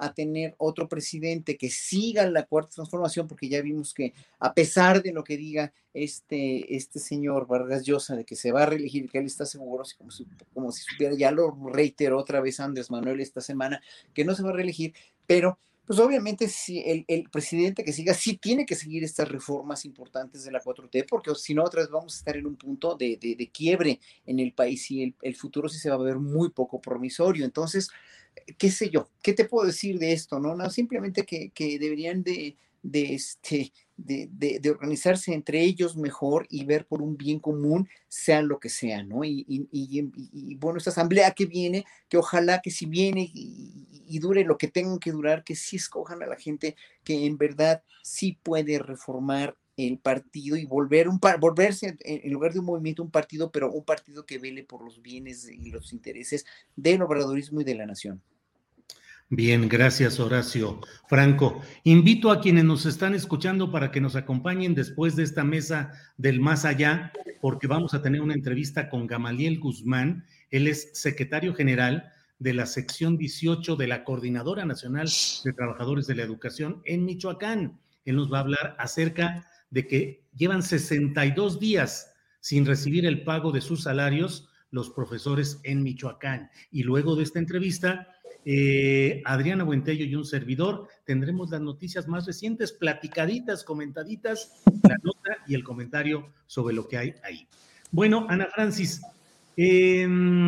a tener otro presidente que siga la cuarta transformación, porque ya vimos que a pesar de lo que diga este, este señor Vargas Llosa de que se va a reelegir, que él está seguro, así como, como si supiera, ya lo reiteró otra vez Andrés Manuel esta semana, que no se va a reelegir, pero pues obviamente si el, el presidente que siga sí tiene que seguir estas reformas importantes de la cuatro T, porque si no otra vez vamos a estar en un punto de, de, de quiebre en el país y el, el futuro sí se va a ver muy poco promisorio. Entonces, qué sé yo, ¿qué te puedo decir de esto? No, no simplemente que, que deberían de, de, este, de, de, de organizarse entre ellos mejor y ver por un bien común, sean lo que sea, ¿no? Y, y, y, y, y bueno, esta asamblea que viene, que ojalá que si viene y, y dure lo que tengan que durar, que sí escojan a la gente que en verdad sí puede reformar el partido y volver un par, volverse en lugar de un movimiento, un partido, pero un partido que vele por los bienes y los intereses del obradorismo y de la nación. Bien, gracias Horacio Franco. Invito a quienes nos están escuchando para que nos acompañen después de esta mesa del más allá, porque vamos a tener una entrevista con Gamaliel Guzmán. Él es secretario general de la sección dieciocho de la Coordinadora Nacional de Trabajadores de la Educación en Michoacán. Él nos va a hablar acerca de que llevan sesenta y dos días sin recibir el pago de sus salarios los profesores en Michoacán. Y luego de esta entrevista, eh, Adriana Buentello y un servidor tendremos las noticias más recientes, platicaditas, comentaditas, la nota y el comentario sobre lo que hay ahí. Bueno, Ana Francis, eh,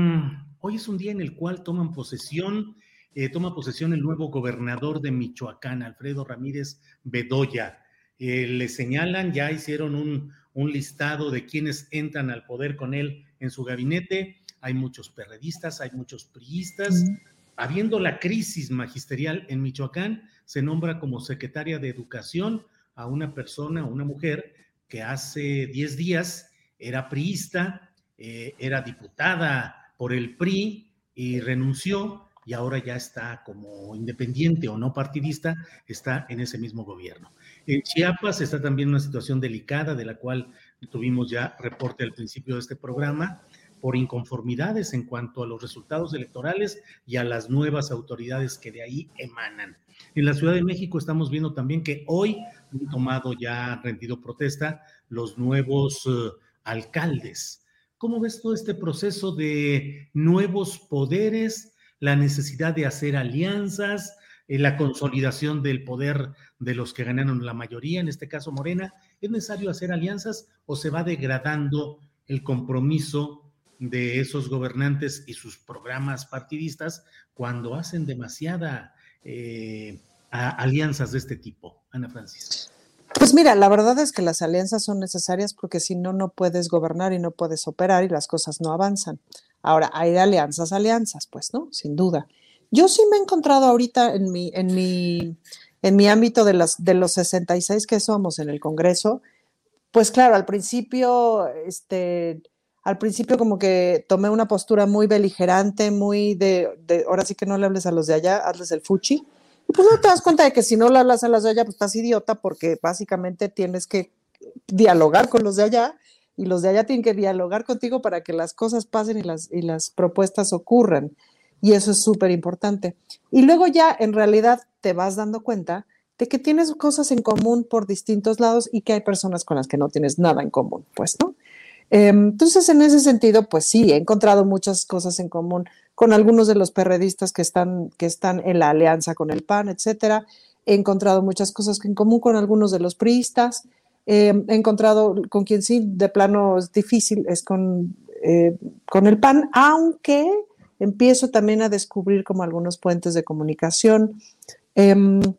hoy es un día en el cual toman posesión, eh, toma posesión el nuevo gobernador de Michoacán, Alfredo Ramírez Bedoya. Eh, le señalan, ya hicieron un, un listado de quienes entran al poder con él en su gabinete. Hay muchos perredistas, hay muchos priistas. Mm. Habiendo la crisis magisterial en Michoacán, se nombra como secretaria de Educación a una persona, una mujer, que hace diez días era priista, eh, era diputada por el P R I y renunció, y ahora ya está como independiente o no partidista, está en ese mismo gobierno. En Chiapas está también una situación delicada, de la cual tuvimos ya reporte al principio de este programa, por inconformidades en cuanto a los resultados electorales y a las nuevas autoridades que de ahí emanan. En la Ciudad de México estamos viendo también que hoy han tomado ya, han rendido protesta los nuevos uh, alcaldes. ¿Cómo ves todo este proceso de nuevos poderes, la necesidad de hacer alianzas, eh, la consolidación del poder de los que ganaron la mayoría, en este caso Morena? ¿Es necesario hacer alianzas o se va degradando el compromiso de esos gobernantes y sus programas partidistas cuando hacen demasiada eh, a, alianzas de este tipo? Ana Francis. Pues mira, la verdad es que las alianzas son necesarias porque si no, no puedes gobernar y no puedes operar y las cosas no avanzan. Ahora, hay de alianzas a alianzas, pues, ¿no? Sin duda. Yo sí me he encontrado ahorita en mi, en mi, en mi ámbito de, las, de los sesenta y seis que somos en el Congreso, pues claro, al principio, este, al principio como que tomé una postura muy beligerante, muy de, de, ahora sí que no le hables a los de allá, hazles el fuchi. Y pues no te das cuenta de que si no le hablas a los de allá, pues estás idiota, porque básicamente tienes que dialogar con los de allá, y los de allá tienen que dialogar contigo para que las cosas pasen y las, y las propuestas ocurran. Y eso es súper importante. Y luego ya en realidad te vas dando cuenta de que tienes cosas en común por distintos lados y que hay personas con las que no tienes nada en común, pues, ¿no? Eh, entonces, en ese sentido, pues sí, he encontrado muchas cosas en común con algunos de los perredistas que están, que están en la alianza con el P A N, etcétera. He encontrado muchas cosas en común con algunos de los priistas. Eh, he encontrado con quien sí, de plano es difícil, es con, eh, con el P A N, aunque empiezo también a descubrir como algunos puentes de comunicación. Eh,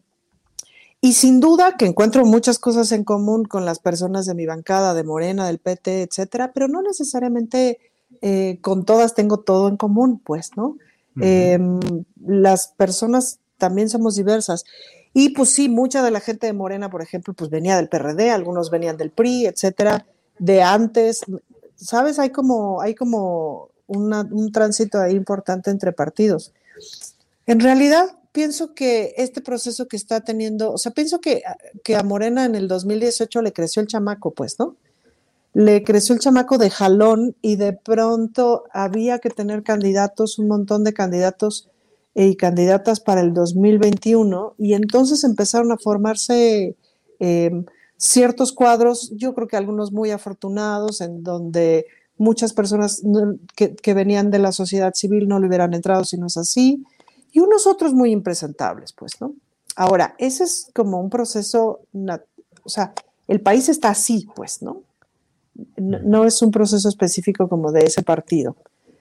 y sin duda que encuentro muchas cosas en común con las personas de mi bancada, de Morena, del P T, etcétera, pero no necesariamente eh, con todas tengo todo en común, pues, ¿no? Uh-huh. Eh, las personas también somos diversas. Y pues sí, mucha de la gente de Morena, por ejemplo, pues venía del P R D, algunos venían del P R I, etcétera, de antes, ¿sabes? Hay como, hay como una, un tránsito ahí importante entre partidos. En realidad, pienso que este proceso que está teniendo, o sea, pienso que, que a Morena en el dos mil dieciocho le creció el chamaco, pues, ¿no? Le creció el chamaco de jalón y de pronto había que tener candidatos, un montón de candidatos y candidatas para el dos mil veintiuno, y entonces empezaron a formarse eh, ciertos cuadros, yo creo que algunos muy afortunados, en donde muchas personas que, que venían de la sociedad civil no le hubieran entrado si no es así, y unos otros muy impresentables, pues, ¿no? Ahora, ese es como un proceso, o sea, el país está así, pues, ¿no? No, no es un proceso específico como de ese partido.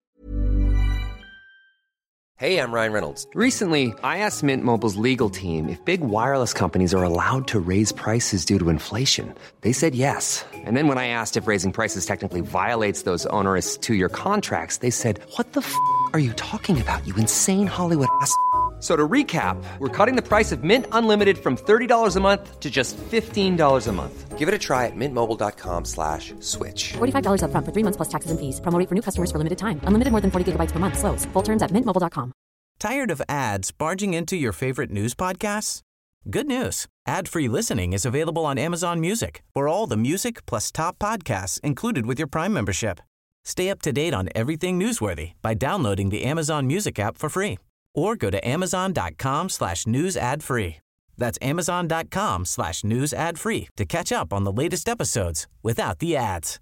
Hey, I'm Ryan Reynolds. Recently, I asked Mint Mobile's legal team if big wireless companies are allowed to raise prices due to inflation. They said yes. And then when I asked if raising prices technically violates those onerous two-year contracts, they said, "What the f*** are you talking about, you insane Hollywood ass?" So to recap, we're cutting the price of Mint Unlimited from thirty dollars a month to just fifteen dollars a month. Give it a try at mintmobile.com slash switch. forty-five dollars up front for three months plus taxes and fees. Promo rate for new customers for limited time. Unlimited more than forty gigabytes per month. Slows full terms at mint mobile dot com. Tired of ads barging into your favorite news podcasts? Good news. Ad-free listening is available on Amazon Music for all the music plus top podcasts included with your Prime membership. Stay up to date on everything newsworthy by downloading the Amazon Music app for free or go to amazon.com slash news ad free. That's amazon.com slash news ad free to catch up on the latest episodes without the ads.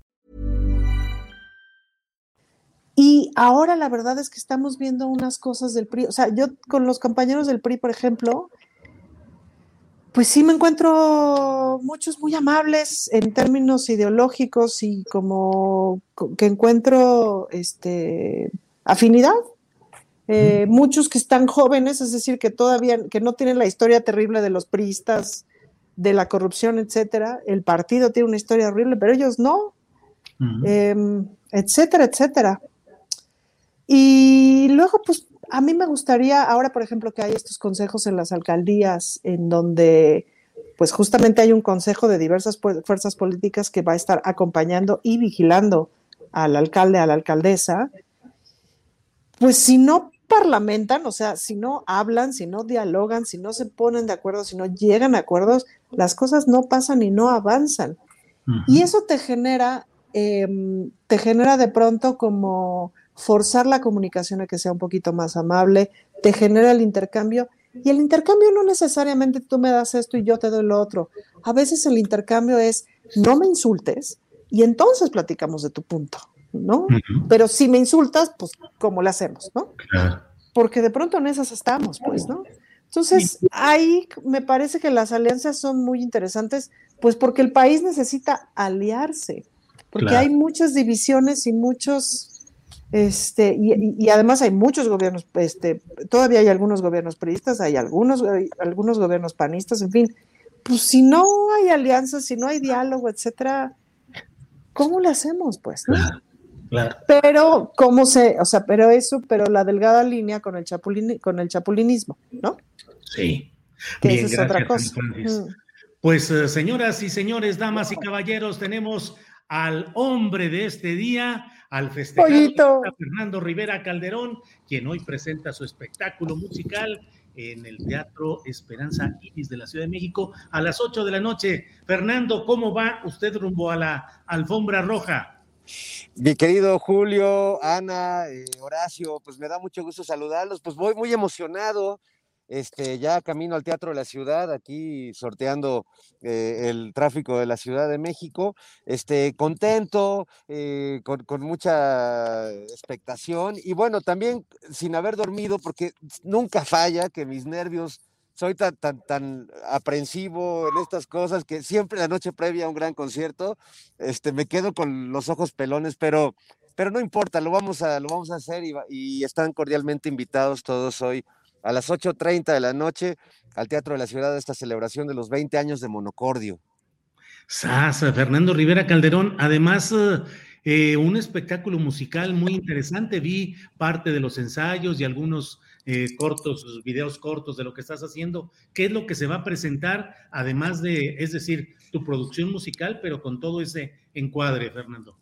Y ahora la verdad es que estamos viendo unas cosas del P R I, o sea, yo con los compañeros del P R I, por ejemplo, pues sí me encuentro muchos muy amables en términos ideológicos y como que encuentro este, afinidad. Eh, muchos que están jóvenes, es decir, que todavía, que no tienen la historia terrible de los priistas, de la corrupción, etcétera. El partido tiene una historia horrible, pero ellos no, uh-huh. eh, etcétera, etcétera. Y luego, pues, a mí me gustaría, ahora, por ejemplo, que hay estos consejos en las alcaldías, en donde, pues, justamente hay un consejo de diversas fuerzas políticas que va a estar acompañando y vigilando al alcalde, a la alcaldesa. Pues, si no parlamentan, o sea, si no hablan, si no dialogan, si no se ponen de acuerdo, si no llegan a acuerdos, las cosas no pasan y no avanzan. Uh-huh. Y eso te genera, eh, te genera de pronto como forzar la comunicación a que sea un poquito más amable, te genera el intercambio, y el intercambio no necesariamente tú me das esto y yo te doy lo otro. A veces el intercambio es, no me insultes, y entonces platicamos de tu punto, ¿no? Uh-huh. Pero si me insultas, pues, ¿cómo lo hacemos, no? Claro. Porque de pronto en esas estamos, pues, ¿no? Entonces, ahí me parece que las alianzas son muy interesantes, pues porque el país necesita aliarse, porque claro. hay muchas divisiones y muchos... Este, y, y además hay muchos gobiernos, este, todavía hay algunos gobiernos priistas, hay algunos, hay algunos gobiernos panistas, en fin, pues si no hay alianzas, si no hay diálogo, etcétera, ¿cómo le hacemos, pues? ¿No? Claro, claro. Pero, ¿cómo se, o sea, pero eso, pero la delgada línea con el chapulín, con el chapulinismo, ¿no? Sí. Que Bien, esa es otra cosa. Mm. Pues, uh, señoras y señores, damas y caballeros, tenemos al hombre de este día, al festejado Fernando Rivera Calderón, quien hoy presenta su espectáculo musical en el Teatro Esperanza Iris de la Ciudad de México a las ocho de la noche. Fernando, ¿cómo va usted rumbo a la alfombra roja? Mi querido Julio, Ana, eh, Horacio, pues me da mucho gusto saludarlos, pues voy muy emocionado. Este, ya camino al Teatro de la Ciudad, aquí sorteando eh, el tráfico de la Ciudad de México, este, contento, eh, con, con mucha expectación y bueno, también sin haber dormido, porque nunca falla que mis nervios, soy tan, tan, tan aprensivo en estas cosas que siempre la noche previa a un gran concierto, este, me quedo con los ojos pelones, pero, pero no importa, lo vamos a, lo vamos a hacer y, y están cordialmente invitados todos hoy a las ocho treinta de la noche, al Teatro de la Ciudad, esta celebración de los veinte años de Monocordio. Sasa, Fernando Rivera Calderón, además, eh, un espectáculo musical muy interesante. Vi parte de los ensayos y algunos eh, cortos, videos cortos de lo que estás haciendo. ¿Qué es lo que se va a presentar? Además de, es decir, tu producción musical, pero con todo ese encuadre, Fernando.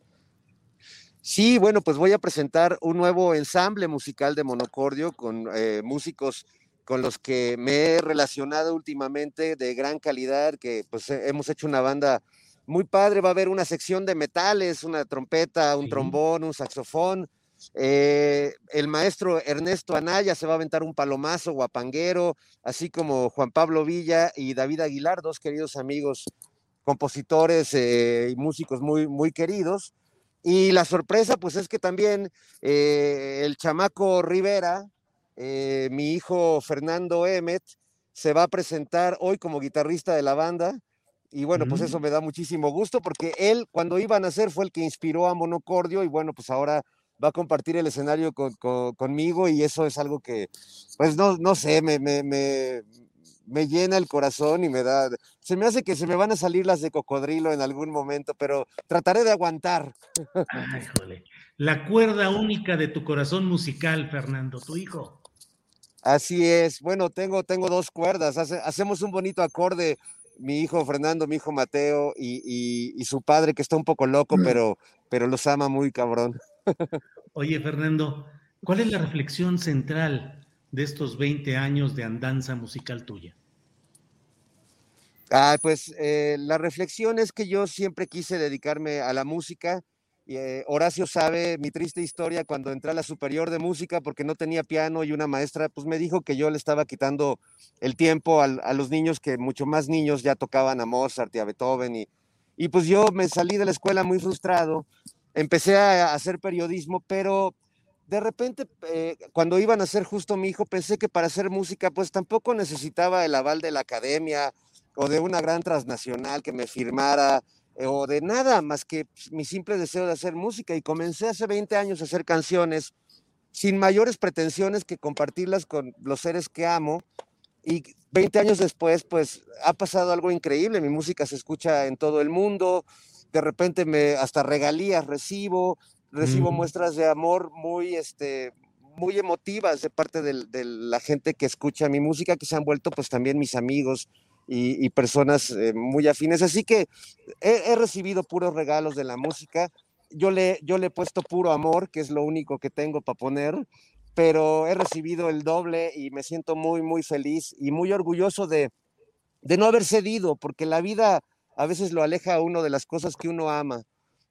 Sí, bueno, pues voy a presentar un nuevo ensamble musical de Monocordio con eh, músicos con los que me he relacionado últimamente de gran calidad, que pues hemos hecho una banda muy padre. Va a haber una sección de metales, una trompeta, un sí. trombón, un saxofón, Eh, el maestro Ernesto Anaya se va a aventar un palomazo guapanguero, así como Juan Pablo Villa y David Aguilar, dos queridos amigos compositores eh, y músicos muy, muy queridos. Y la sorpresa, pues es que también eh, el chamaco Rivera, eh, mi hijo Fernando Emmet, se va a presentar hoy como guitarrista de la banda. Y bueno, pues eso me da muchísimo gusto porque él, cuando iba a nacer, fue el que inspiró a Monocordio y bueno, pues ahora va a compartir el escenario con, con, conmigo y eso es algo que, pues no, no sé, me, me, me, me llena el corazón y me da, se me hace que se me van a salir las de cocodrilo en algún momento, pero trataré de aguantar. Ay, jole. La cuerda única de tu corazón musical, Fernando, tu hijo. Así es, bueno, tengo, tengo dos cuerdas, Hace, hacemos un bonito acorde, mi hijo Fernando, mi hijo Mateo y, y, y su padre que está un poco loco, mm. pero, pero los ama muy cabrón. Oye, Fernando, ¿cuál es la reflexión central de estos veinte años de andanza musical tuya? Ah, pues eh, la reflexión es que yo siempre quise dedicarme a la música. Eh, Horacio sabe mi triste historia cuando entré a la superior de música porque no tenía piano y una maestra pues me dijo que yo le estaba quitando el tiempo a, a los niños que mucho más niños ya tocaban a Mozart y a Beethoven y, y pues yo me salí de la escuela muy frustrado, empecé a hacer periodismo, pero de repente eh, cuando iban a ser justo mi hijo pensé que para hacer música pues tampoco necesitaba el aval de la academia o de una gran transnacional que me firmara o de nada más que mi simple deseo de hacer música y comencé hace veinte años a hacer canciones sin mayores pretensiones que compartirlas con los seres que amo y veinte años después pues ha pasado algo increíble, mi música se escucha en todo el mundo, de repente me hasta regalías recibo, recibo mm. muestras de amor muy este muy emotivas de parte de, de la gente que escucha mi música que se han vuelto pues también mis amigos Y, y personas eh, muy afines, así que he, he recibido puros regalos de la música, yo le, yo le he puesto puro amor, que es lo único que tengo para poner, pero he recibido el doble y me siento muy, muy feliz y muy orgulloso de, de no haber cedido, porque la vida a veces lo aleja a uno de las cosas que uno ama,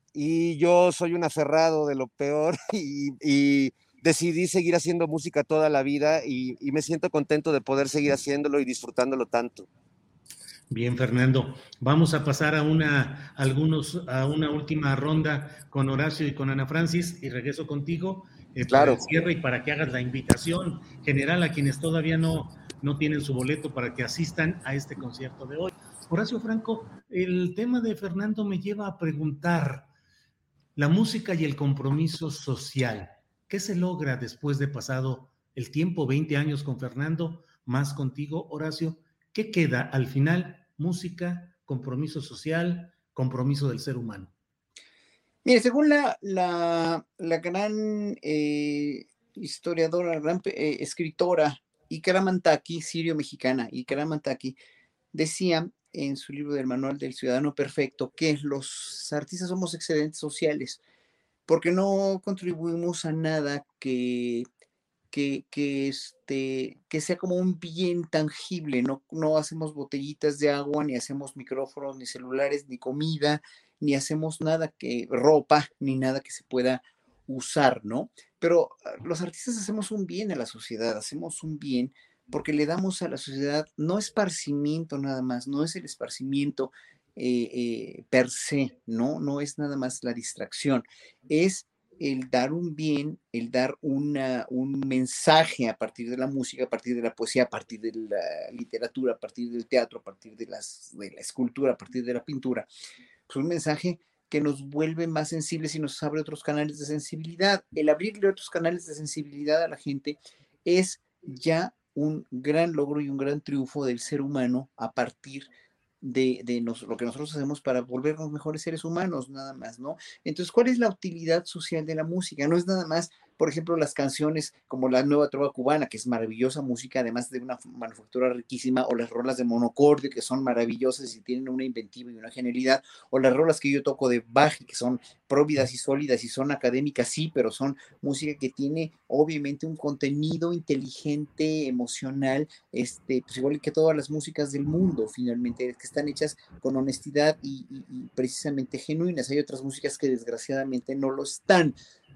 y yo soy un aferrado de lo peor y, y decidí seguir haciendo música toda la vida y, y me siento contento de poder seguir haciéndolo y disfrutándolo tanto. Bien, Fernando, vamos a pasar a una, algunos, a una última ronda con Horacio y con Ana Francis y regreso contigo eh, claro. para el cierre y para que hagas la invitación general a quienes todavía no, no tienen su boleto para que asistan a este concierto de hoy. Horacio Franco, el tema de Fernando me lleva a preguntar, la música y el compromiso social, ¿qué se logra después de pasado el tiempo, veinte años con Fernando, más contigo, Horacio? ¿Qué queda al final? Música, compromiso social, compromiso del ser humano. Mire, según la, la, la gran eh, historiadora, la gran eh, escritora Ikara Mantaki, sirio-mexicana, Ikara Mantaki, decía en su libro del Manual del Ciudadano Perfecto que los artistas somos excedentes sociales porque no contribuimos a nada que... Que, que, este, que sea como un bien tangible, no, no hacemos botellitas de agua, ni hacemos micrófonos, ni celulares, ni comida, ni hacemos nada que, ropa, ni nada que se pueda usar, ¿no? Pero los artistas hacemos un bien a la sociedad, hacemos un bien porque le damos a la sociedad, no esparcimiento nada más, no es el esparcimiento eh, eh, per se, ¿no? No es nada más la distracción, es el dar un bien, el dar una, un mensaje a partir de la música, a partir de la poesía, a partir de la literatura, a partir del teatro, a partir de, las, de la escultura, a partir de la pintura, pues un mensaje que nos vuelve más sensibles y nos abre otros canales de sensibilidad. El abrirle otros canales de sensibilidad a la gente es ya un gran logro y un gran triunfo del ser humano a partir de de, de nos, lo que nosotros hacemos para volvernos mejores seres humanos, nada más, ¿no? Entonces, ¿cuál es la utilidad social de la música? No es nada más, por ejemplo, las canciones como la Nueva Trova Cubana, que es maravillosa música, además de una manufactura riquísima, o las rolas de Monocordio, que son maravillosas y tienen una inventiva y una genialidad, o las rolas que yo toco de Bach, que son próvidas y sólidas y son académicas, sí, pero son música que tiene obviamente un contenido inteligente, emocional, este, pues igual que todas las músicas del mundo, finalmente, que están hechas con honestidad y, y, y precisamente genuinas. Hay otras músicas que desgraciadamente no lo están,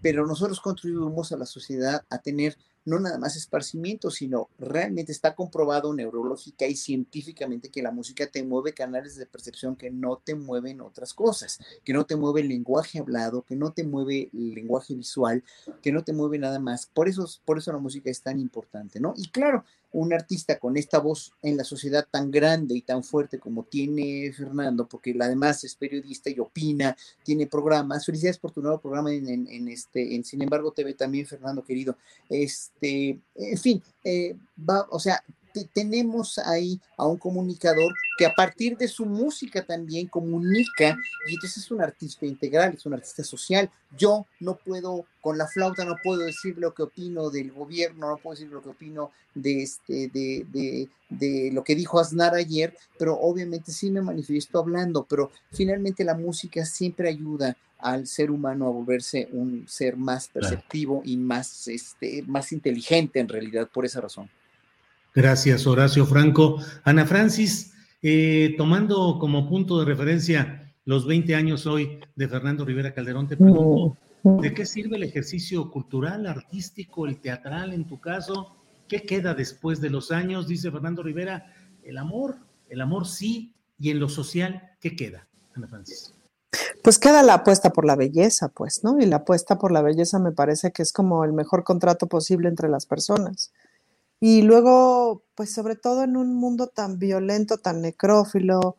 pero nosotros contribuimos a la sociedad a tener no nada más esparcimiento, sino realmente está comprobado neurológica y científicamente que la música te mueve canales de percepción que no te mueven otras cosas, que no te mueve el lenguaje hablado, que no te mueve el lenguaje visual, que no te mueve nada más. Por eso, por eso la música es tan importante, ¿no? Y claro, un artista con esta voz en la sociedad tan grande y tan fuerte como tiene Fernando, porque además es periodista y opina, tiene programas. Felicidades por tu nuevo programa en, en, en este, en Sin embargo T V también, Fernando, querido. Este, en fin, eh, va, o sea, te, tenemos ahí a un comunicador que a partir de su música también comunica, y entonces es un artista integral, es un artista social. Yo no puedo, con la flauta no puedo decir lo que opino del gobierno, no puedo decir lo que opino de, este, de, de, de lo que dijo Aznar ayer, pero obviamente sí me manifiesto hablando, pero finalmente la música siempre ayuda al ser humano a volverse un ser más perceptivo y más, este, más inteligente en realidad, por esa razón. Gracias, Horacio Franco. Ana Francis, eh, tomando como punto de referencia los veinte años hoy de Fernando Rivera Calderón, te pregunto, ¿de qué sirve el ejercicio cultural, artístico, el teatral en tu caso? ¿Qué queda después de los años? Dice Fernando Rivera, el amor, el amor sí, y en lo social, ¿qué queda, Ana Francis? Pues queda la apuesta por la belleza, pues, ¿no? Y la apuesta por la belleza me parece que es como el mejor contrato posible entre las personas. Y luego, pues sobre todo en un mundo tan violento, tan necrófilo,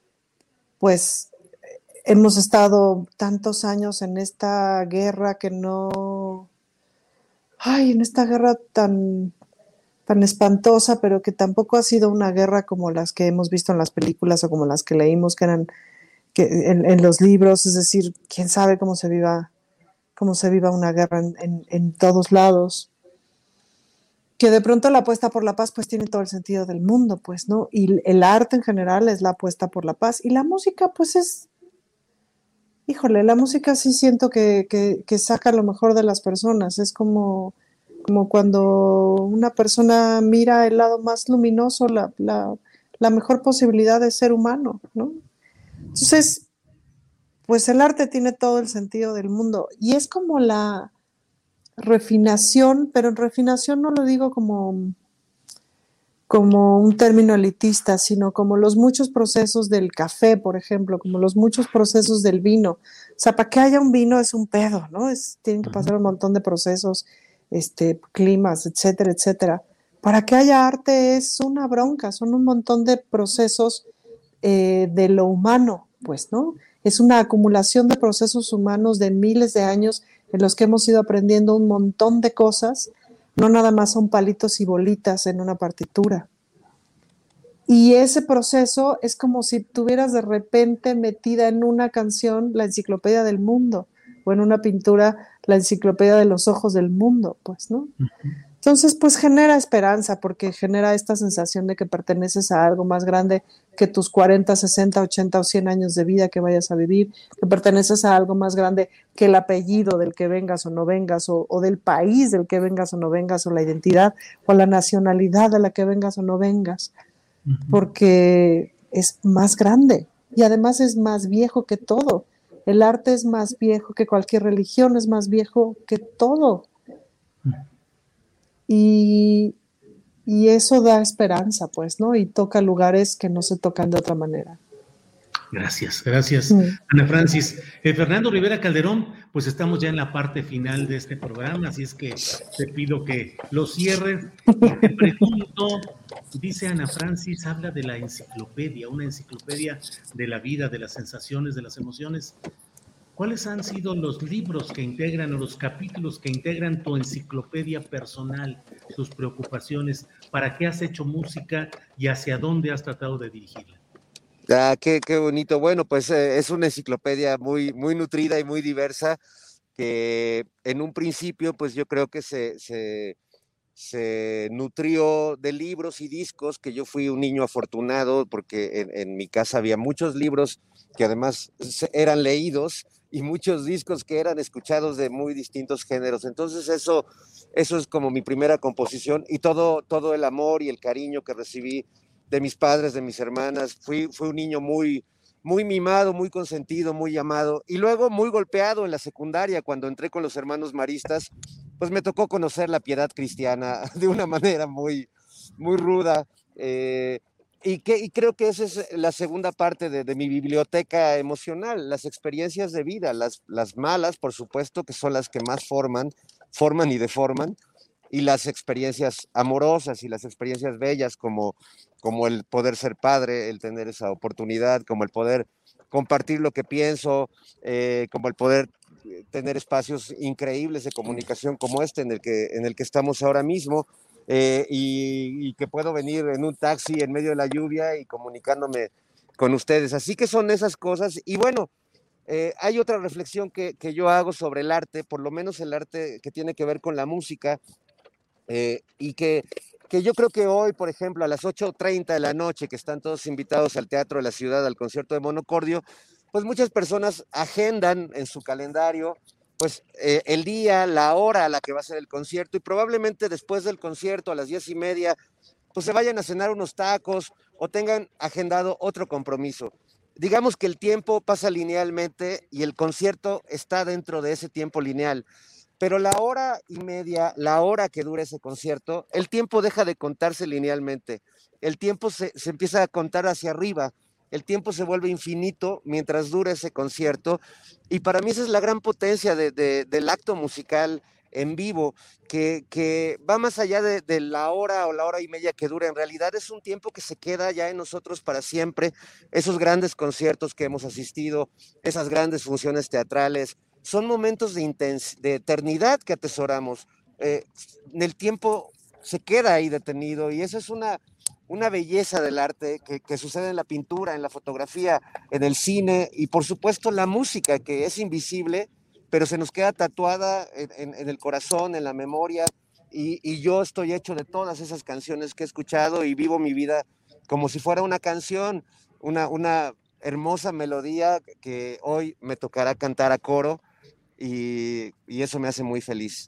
pues hemos estado tantos años en esta guerra que no... Ay, en esta guerra tan, tan espantosa, pero que tampoco ha sido una guerra como las que hemos visto en las películas o como las que leímos, que eran que en, en los libros. Es decir, quién sabe cómo se viva, cómo se viva una guerra en, en, en todos lados. Que de pronto la apuesta por la paz pues tiene todo el sentido del mundo, pues, ¿no? Y el arte en general es la apuesta por la paz. Y la música pues es, híjole, la música sí siento que, que, que saca lo mejor de las personas. Es como, como cuando una persona mira el lado más luminoso, la, la, la mejor posibilidad de ser humano, ¿no? Entonces, pues el arte tiene todo el sentido del mundo. Y es como la... refinación, pero en refinación no lo digo como, como un término elitista, sino como los muchos procesos del café, por ejemplo, como los muchos procesos del vino. O sea, para que haya un vino es un pedo, ¿no? Es, tienen que pasar un montón de procesos, este, climas, etcétera, etcétera. Para que haya arte es una bronca, son un montón de procesos eh, de lo humano, pues, ¿no? Es una acumulación de procesos humanos de miles de años en los que hemos ido aprendiendo un montón de cosas, no nada más son palitos y bolitas en una partitura. Y ese proceso es como si tuvieras de repente metida en una canción la enciclopedia del mundo, o en una pintura la enciclopedia de los ojos del mundo, pues, ¿no? Entonces, pues genera esperanza, porque genera esta sensación de que perteneces a algo más grande que tus cuarenta, sesenta, ochenta o cien años de vida que vayas a vivir, que perteneces a algo más grande que el apellido del que vengas o no vengas, o, o del país del que vengas o no vengas, o la identidad o la nacionalidad de la que vengas o no vengas, porque es más grande y además es más viejo que todo. El arte es más viejo que cualquier religión, es más viejo que todo. Y, y eso da esperanza, pues, ¿no? Y toca lugares que no se tocan de otra manera. Gracias, gracias, sí. Ana Francis. Eh, Fernando Rivera Calderón, pues estamos ya en la parte final de este programa, así es que te pido que lo cierres. Y te pregunto, dice Ana Francis, habla de la enciclopedia, una enciclopedia de la vida, de las sensaciones, de las emociones. ¿Cuáles han sido los libros que integran o los capítulos que integran tu enciclopedia personal, tus preocupaciones? ¿Para qué has hecho música y hacia dónde has tratado de dirigirla? Ah, qué, qué bonito. Bueno, pues eh, es una enciclopedia muy, muy nutrida y muy diversa, que en un principio, pues yo creo que se, se, se nutrió de libros y discos, que yo fui un niño afortunado, porque en, en mi casa había muchos libros que además eran leídos y muchos discos que eran escuchados de muy distintos géneros. Entonces eso, eso es como mi primera composición, y todo, todo el amor y el cariño que recibí de mis padres, de mis hermanas. Fui, fui un niño muy, muy mimado, muy consentido, muy amado, y luego muy golpeado en la secundaria, cuando entré con los hermanos maristas, pues me tocó conocer la piedad cristiana de una manera muy, muy ruda, eh, y, que, y creo que esa es la segunda parte de, de mi biblioteca emocional, las experiencias de vida, las, las malas, por supuesto, que son las que más forman, forman y deforman, y las experiencias amorosas y las experiencias bellas, como, como el poder ser padre, el tener esa oportunidad, como el poder compartir lo que pienso, eh, como el poder tener espacios increíbles de comunicación como este en el que, en el que estamos ahora mismo, eh, y, y que puedo venir en un taxi en medio de la lluvia y comunicándome con ustedes. Así que son esas cosas. Y bueno, eh, hay otra reflexión que, que yo hago sobre el arte, por lo menos el arte que tiene que ver con la música, eh, y que, que yo creo que hoy, por ejemplo, a las ocho treinta de la noche, que están todos invitados al Teatro de la Ciudad, al concierto de Monocordio, pues muchas personas agendan en su calendario pues eh, el día, la hora a la que va a ser el concierto, y probablemente después del concierto a las diez y media pues se vayan a cenar unos tacos o tengan agendado otro compromiso. Digamos que el tiempo pasa linealmente y el concierto está dentro de ese tiempo lineal, pero la hora y media, la hora que dura ese concierto, el tiempo deja de contarse linealmente, el tiempo se, se empieza a contar hacia arriba, el tiempo se vuelve infinito mientras dura ese concierto, y para mí esa es la gran potencia de, de, del acto musical en vivo, que, que va más allá de, de la hora o la hora y media que dura. En realidad es un tiempo que se queda ya en nosotros para siempre. Esos grandes conciertos que hemos asistido, esas grandes funciones teatrales, son momentos de, intens de eternidad que atesoramos. Eh, el tiempo se queda ahí detenido, y eso es una, una belleza del arte que, que sucede en la pintura, en la fotografía, en el cine, y por supuesto la música, que es invisible, pero se nos queda tatuada en, en, en el corazón, en la memoria, y, y yo estoy hecho de todas esas canciones que he escuchado y vivo mi vida como si fuera una canción, una, una hermosa melodía que hoy me tocará cantar a coro, y, y eso me hace muy feliz.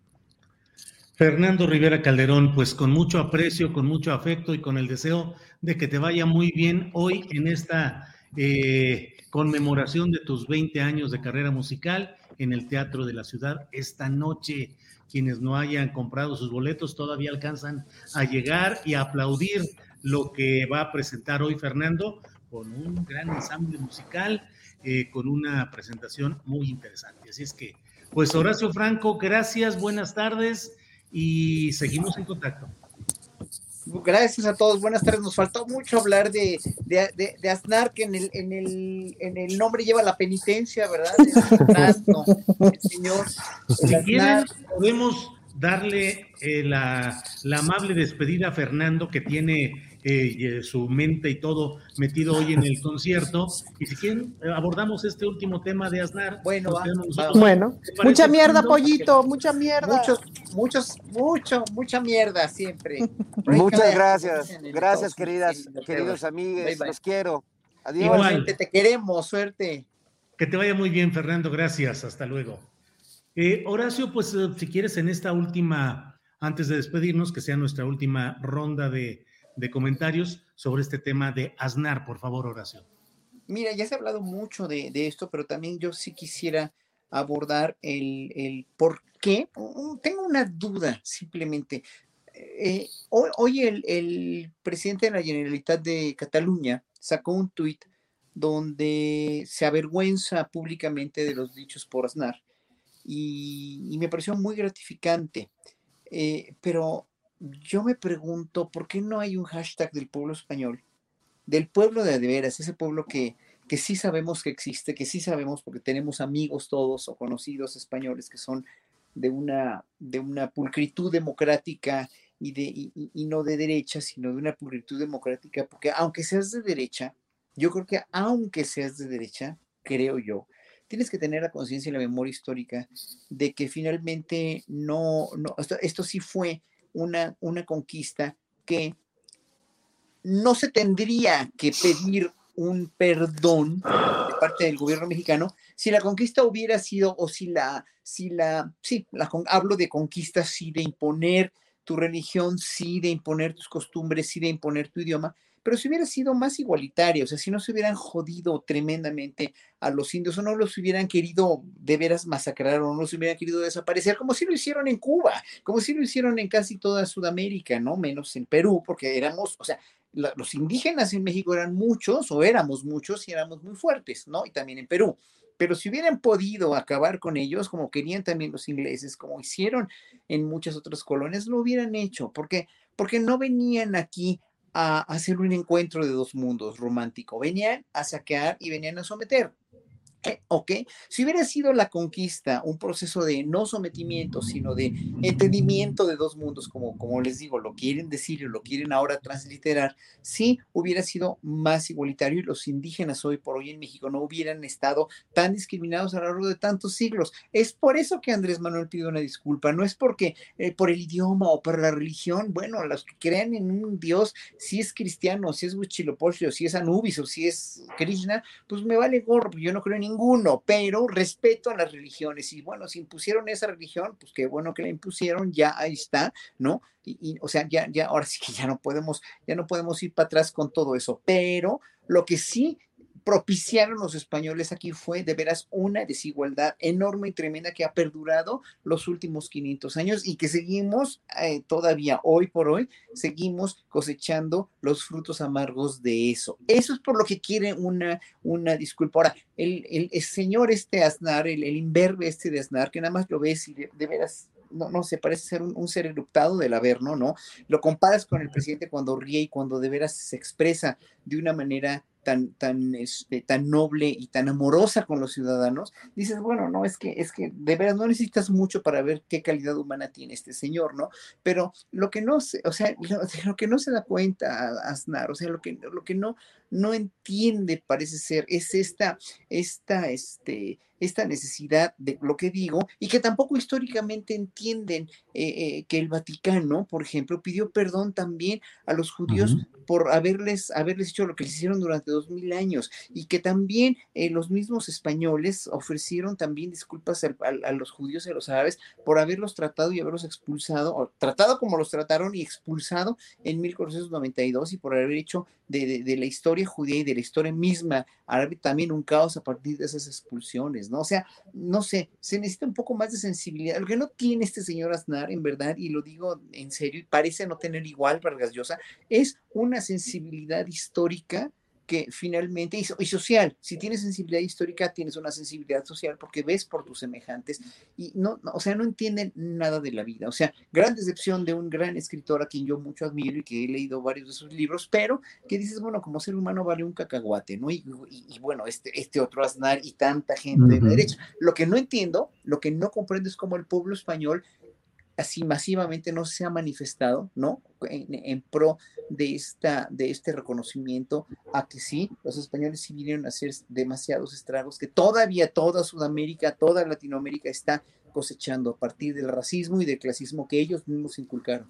Fernando Rivera Calderón, pues con mucho aprecio, con mucho afecto y con el deseo de que te vaya muy bien hoy en esta eh, conmemoración de tus veinte años de carrera musical en el Teatro de la Ciudad. Esta noche, quienes no hayan comprado sus boletos todavía alcanzan a llegar y a aplaudir lo que va a presentar hoy Fernando, con un gran ensamble musical, eh, con una presentación muy interesante. Así es que, pues Horacio Franco, gracias, buenas tardes y seguimos en contacto. Gracias a todos, buenas tardes. Nos faltó mucho hablar de, de, de, de Aznar, que en el, en, el, en el nombre lleva la penitencia, ¿verdad? Tanto, el señor. Si quieren, podemos darle eh, la, la amable despedida a Fernando, que tiene eh, su mente y todo metido hoy en el concierto, y si quieren abordamos este último tema de Aznar. Bueno, va, va. Bueno, mucha mierda, pollito, mucha mierda. Muchos, muchos, mucho, mucha mierda siempre. Muchas gracias, gracias queridas, queridos amigos, los quiero. Adiós. Igualmente te queremos, suerte. Que te vaya muy bien, Fernando, gracias, hasta luego. Eh, Horacio, pues si quieres en esta última, antes de despedirnos, que sea nuestra última ronda de, de comentarios sobre este tema de Aznar, por favor, Horacio. Mira, ya se ha hablado mucho de, de esto, pero también yo sí quisiera abordar el, el por qué. Tengo una duda, simplemente. Eh, hoy hoy el, el presidente de la Generalitat de Cataluña sacó un tuit donde se avergüenza públicamente de los dichos por Aznar, y, y me pareció muy gratificante. Eh, pero yo me pregunto, ¿por qué no hay un hashtag del pueblo español? Del pueblo de de veras, ese pueblo que, que sí sabemos que existe, que sí sabemos porque tenemos amigos todos o conocidos españoles que son de una, de una pulcritud democrática y, de, y, y no de derecha, sino de una pulcritud democrática, porque aunque seas de derecha, yo creo que aunque seas de derecha, creo yo, tienes que tener la conciencia y la memoria histórica de que finalmente no, no esto, esto sí fue una, una conquista que no se tendría que pedir un perdón de parte del gobierno mexicano si la conquista hubiera sido, o si la, si la, sí, la, hablo de conquista, sí, de imponer tu religión, sí, de imponer tus costumbres, sí, de imponer tu idioma, pero si hubiera sido más igualitaria, o sea, si no se hubieran jodido tremendamente a los indios o no los hubieran querido de veras masacrar o no los hubieran querido desaparecer, como si lo hicieron en Cuba, como si lo hicieron en casi toda Sudamérica, ¿no? Menos en Perú, porque éramos, o sea, la, los indígenas en México eran muchos o éramos muchos y éramos muy fuertes, ¿no? Y también en Perú. Pero si hubieran podido acabar con ellos, como querían también los ingleses, como hicieron en muchas otras colonias, lo hubieran hecho, porque, porque no venían aquí a hacer un encuentro de dos mundos romántico, venían a saquear y venían a someter. Eh, ok, si hubiera sido la conquista un proceso de no sometimiento, sino de entendimiento de dos mundos, como, como les digo, lo quieren decir y lo quieren ahora transliterar, sí hubiera sido más igualitario y los indígenas hoy por hoy en México no hubieran estado tan discriminados a lo largo de tantos siglos. Es por eso que Andrés Manuel pide una disculpa, no es porque eh, por el idioma o por la religión. Bueno, los que crean en un Dios, si es cristiano, si es Huitzilopochtli, o si es Anubis, o si es Krishna, pues me vale gorro, yo no creo en ningún Ninguno, pero respeto a las religiones. Y bueno, si impusieron esa religión, pues qué bueno que la impusieron, ya ahí está, ¿no? Y, y o sea, ya, ya, ahora sí que ya no podemos, ya no podemos ir para atrás con todo eso. Pero lo que sí propiciaron los españoles aquí fue de veras una desigualdad enorme y tremenda que ha perdurado los últimos quinientos años y que seguimos eh, todavía hoy por hoy, seguimos cosechando los frutos amargos de eso. Eso es por lo que quiere una, una disculpa. Ahora, el, el, el señor este Aznar, el, el imberbe este de Aznar, que nada más lo ves y de, de veras... No, no sé, parece ser un, un ser eruptado del Averno, ¿no? Lo comparas con el presidente cuando ríe y cuando de veras se expresa de una manera tan, tan, este, tan noble y tan amorosa con los ciudadanos, dices, bueno, no, es que, es que de veras no necesitas mucho para ver qué calidad humana tiene este señor, ¿no? Pero lo que no se, o sea, lo, lo que no se da cuenta Aznar, o sea, lo que, lo que no, no entiende, parece ser, es esta, esta, este, esta necesidad de lo que digo, y que tampoco históricamente entienden eh, eh, que el Vaticano, por ejemplo, pidió perdón también a los judíos uh-huh. por haberles, haberles hecho lo que les hicieron durante dos mil años, y que también eh, los mismos españoles ofrecieron también disculpas a, a, a los judíos y a los árabes por haberlos tratado y haberlos expulsado, o tratado como los trataron y expulsado en mil cuatrocientos noventa y dos, y por haber hecho de, de, de la historia judía y de la historia misma árabe también un caos a partir de esas expulsiones, ¿no? O sea, no sé, se necesita un poco más de sensibilidad. Lo que no tiene este señor Aznar, en verdad, y lo digo en serio, y parece no tener igual Vargas Llosa, es una sensibilidad histórica que finalmente, y, y social, si tienes sensibilidad histórica, tienes una sensibilidad social porque ves por tus semejantes y no, no, o sea, no entienden nada de la vida. O sea, gran decepción de un gran escritor a quien yo mucho admiro y que he leído varios de sus libros, pero que dices, bueno, como ser humano vale un cacahuate, ¿no? Y, y, y bueno, este, este otro Aznar y tanta gente uh-huh. de la derecha. Lo que no entiendo, lo que no comprendo es cómo el pueblo español así masivamente no se ha manifestado, ¿no? En, en pro de, esta, de este reconocimiento a que sí, los españoles sí vinieron a hacer demasiados estragos que todavía toda Sudamérica, toda Latinoamérica está cosechando a partir del racismo y del clasismo que ellos mismos inculcaron.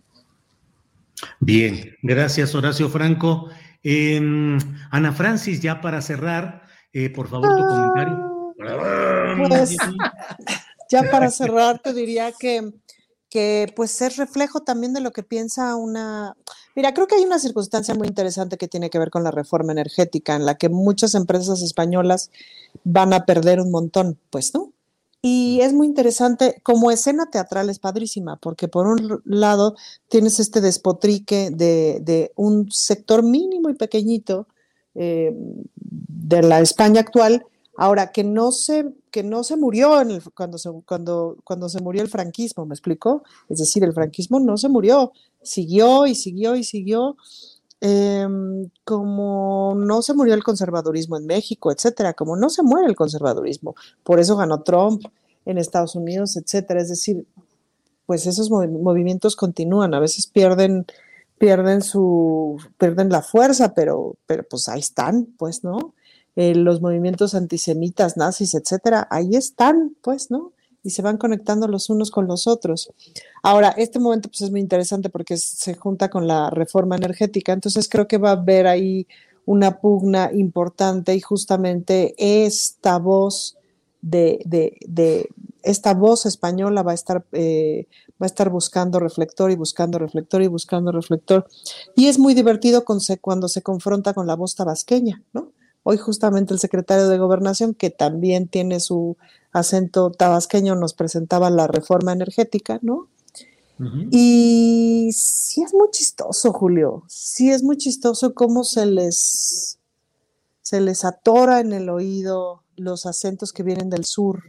Bien, gracias Horacio Franco. Eh, Ana Francis, ya para cerrar, eh, por favor, tu comentario. Pues, ya para cerrar, te diría que que pues es reflejo también de lo que piensa una... Mira, creo que hay una circunstancia muy interesante que tiene que ver con la reforma energética, en la que muchas empresas españolas van a perder un montón, pues, ¿no? Y es muy interesante, como escena teatral es padrísima, porque por un lado tienes este despotrique de, de un sector mínimo y pequeñito eh, de la España actual, ahora que no se, que no se murió en el, cuando, se, cuando, cuando se murió el franquismo, ¿me explico? Es decir, el franquismo no se murió, siguió y siguió y siguió, eh, como no se murió el conservadurismo en México, etcétera, como no se muere el conservadurismo, por eso ganó Trump en Estados Unidos, etcétera. Es decir, pues esos mov- movimientos continúan, a veces pierden, pierden su, pierden la fuerza, pero, pero pues ahí están, pues, ¿no? Eh, los movimientos antisemitas, nazis, etcétera, ahí están, pues, ¿no? Y se van conectando los unos con los otros. Ahora, este momento pues es muy interesante porque se junta con la reforma energética, entonces creo que va a haber ahí una pugna importante y justamente esta voz de, de, de esta voz española va a estar, eh, va a estar buscando reflector y buscando reflector y buscando reflector. Y es muy divertido con se, cuando se confronta con la voz tabasqueña, ¿no? Hoy justamente el secretario de Gobernación, que también tiene su acento tabasqueño, nos presentaba la reforma energética, ¿no? Uh-huh. Y sí es muy chistoso, Julio, sí es muy chistoso cómo se les, se les atora en el oído los acentos que vienen del sur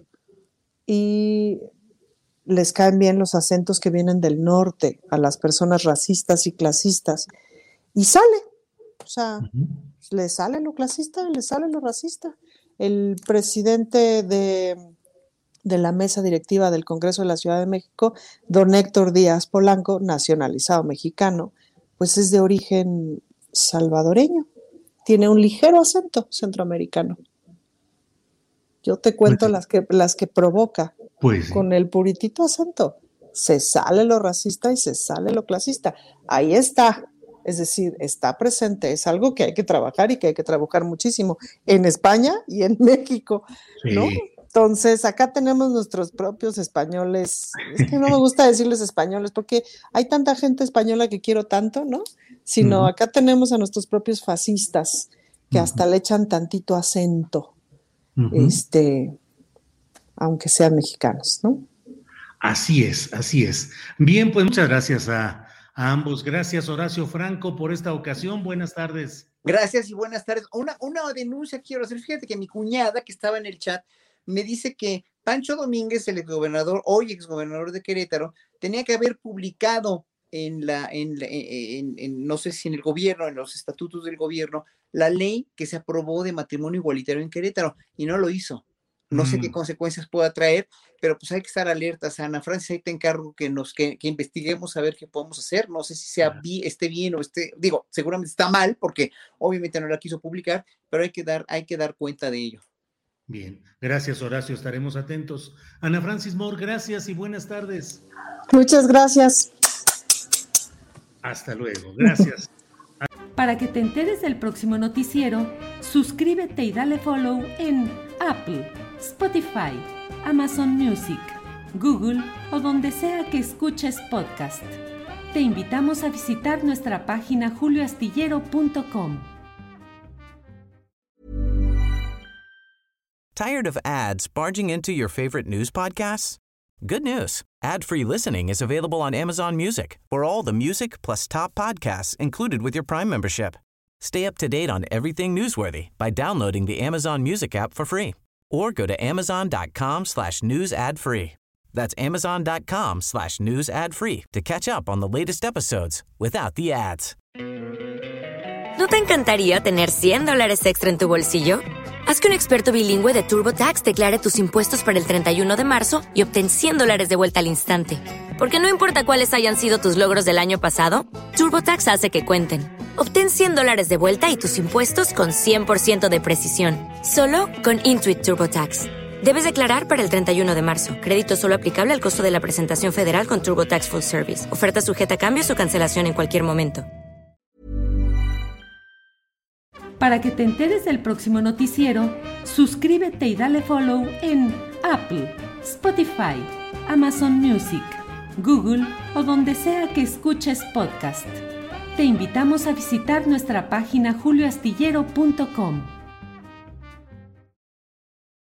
y les caen bien los acentos que vienen del norte a las personas racistas y clasistas y sale, o sea, uh-huh. le sale lo clasista y le sale lo racista. El presidente de, de la mesa directiva del Congreso de la Ciudad de México, don Héctor Díaz Polanco, nacionalizado mexicano, pues es de origen salvadoreño, tiene un ligero acento centroamericano. Yo te cuento pues, las, que, las que provoca pues, con el puritito acento. Se sale lo racista y se sale lo clasista. Ahí está. Es decir, está presente. Es algo que hay que trabajar y que hay que trabajar muchísimo en España y en México, ¿no? Sí. Entonces, acá tenemos nuestros propios españoles. Es que no me gusta decirles españoles porque hay tanta gente española que quiero tanto, ¿no? Sino uh-huh. acá tenemos a nuestros propios fascistas que uh-huh. hasta le echan tantito acento. Uh-huh. Este, aunque sean mexicanos, ¿no? Así es, así es. Bien, pues muchas gracias a, a ambos. Gracias, Horacio Franco, por esta ocasión. Buenas tardes. Gracias y buenas tardes. Una, una denuncia quiero hacer. Fíjate que mi cuñada, que estaba en el chat, me dice que Pancho Domínguez, el exgobernador, hoy exgobernador de Querétaro, tenía que haber publicado en la, en, en, en, en, no sé si en el gobierno, en los estatutos del gobierno, la ley que se aprobó de matrimonio igualitario en Querétaro, y no lo hizo. No mm. sé qué consecuencias pueda traer, pero pues hay que estar alertas. Ana Francis, ahí te encargo que nos que, que investiguemos a ver qué podemos hacer. No sé si sea bi, esté bien o esté, digo, seguramente está mal, porque obviamente no la quiso publicar, pero hay que dar, hay que dar cuenta de ello. Bien, gracias, Horacio, estaremos atentos. Ana Francis Moore, gracias y buenas tardes. Muchas gracias. Hasta luego, gracias. Para que te enteres del próximo noticiero, suscríbete y dale follow en Apple, Spotify, Amazon Music, Google o donde sea que escuches podcast. Te invitamos a visitar nuestra página julio astillero punto com. Tired of ads barging into your favorite news podcasts? Good news. Ad-free listening is available on Amazon Music for all the music plus top podcasts included with your Prime membership. Stay up to date on everything newsworthy by downloading the Amazon Music app for free or go to amazon.com slash news ad free. That's amazon.com slash news ad free to catch up on the latest episodes without the ads. ¿No te encantaría tener cien dólares extra en tu bolsillo? Haz que un experto bilingüe de TurboTax declare tus impuestos para el treinta y uno de marzo y obtén cien dólares de vuelta al instante. Porque no importa cuáles hayan sido tus logros del año pasado, TurboTax hace que cuenten. Obtén cien dólares de vuelta y tus impuestos con cien por ciento de precisión. Solo con Intuit TurboTax. Debes declarar para el treinta y uno de marzo. Crédito solo aplicable al costo de la presentación federal con TurboTax Full Service. Oferta sujeta a cambios o cancelación en cualquier momento. Para que te enteres del próximo noticiero, suscríbete y dale follow en Apple, Spotify, Amazon Music, Google o donde sea que escuches podcast. Te invitamos a visitar nuestra página julio astillero punto com.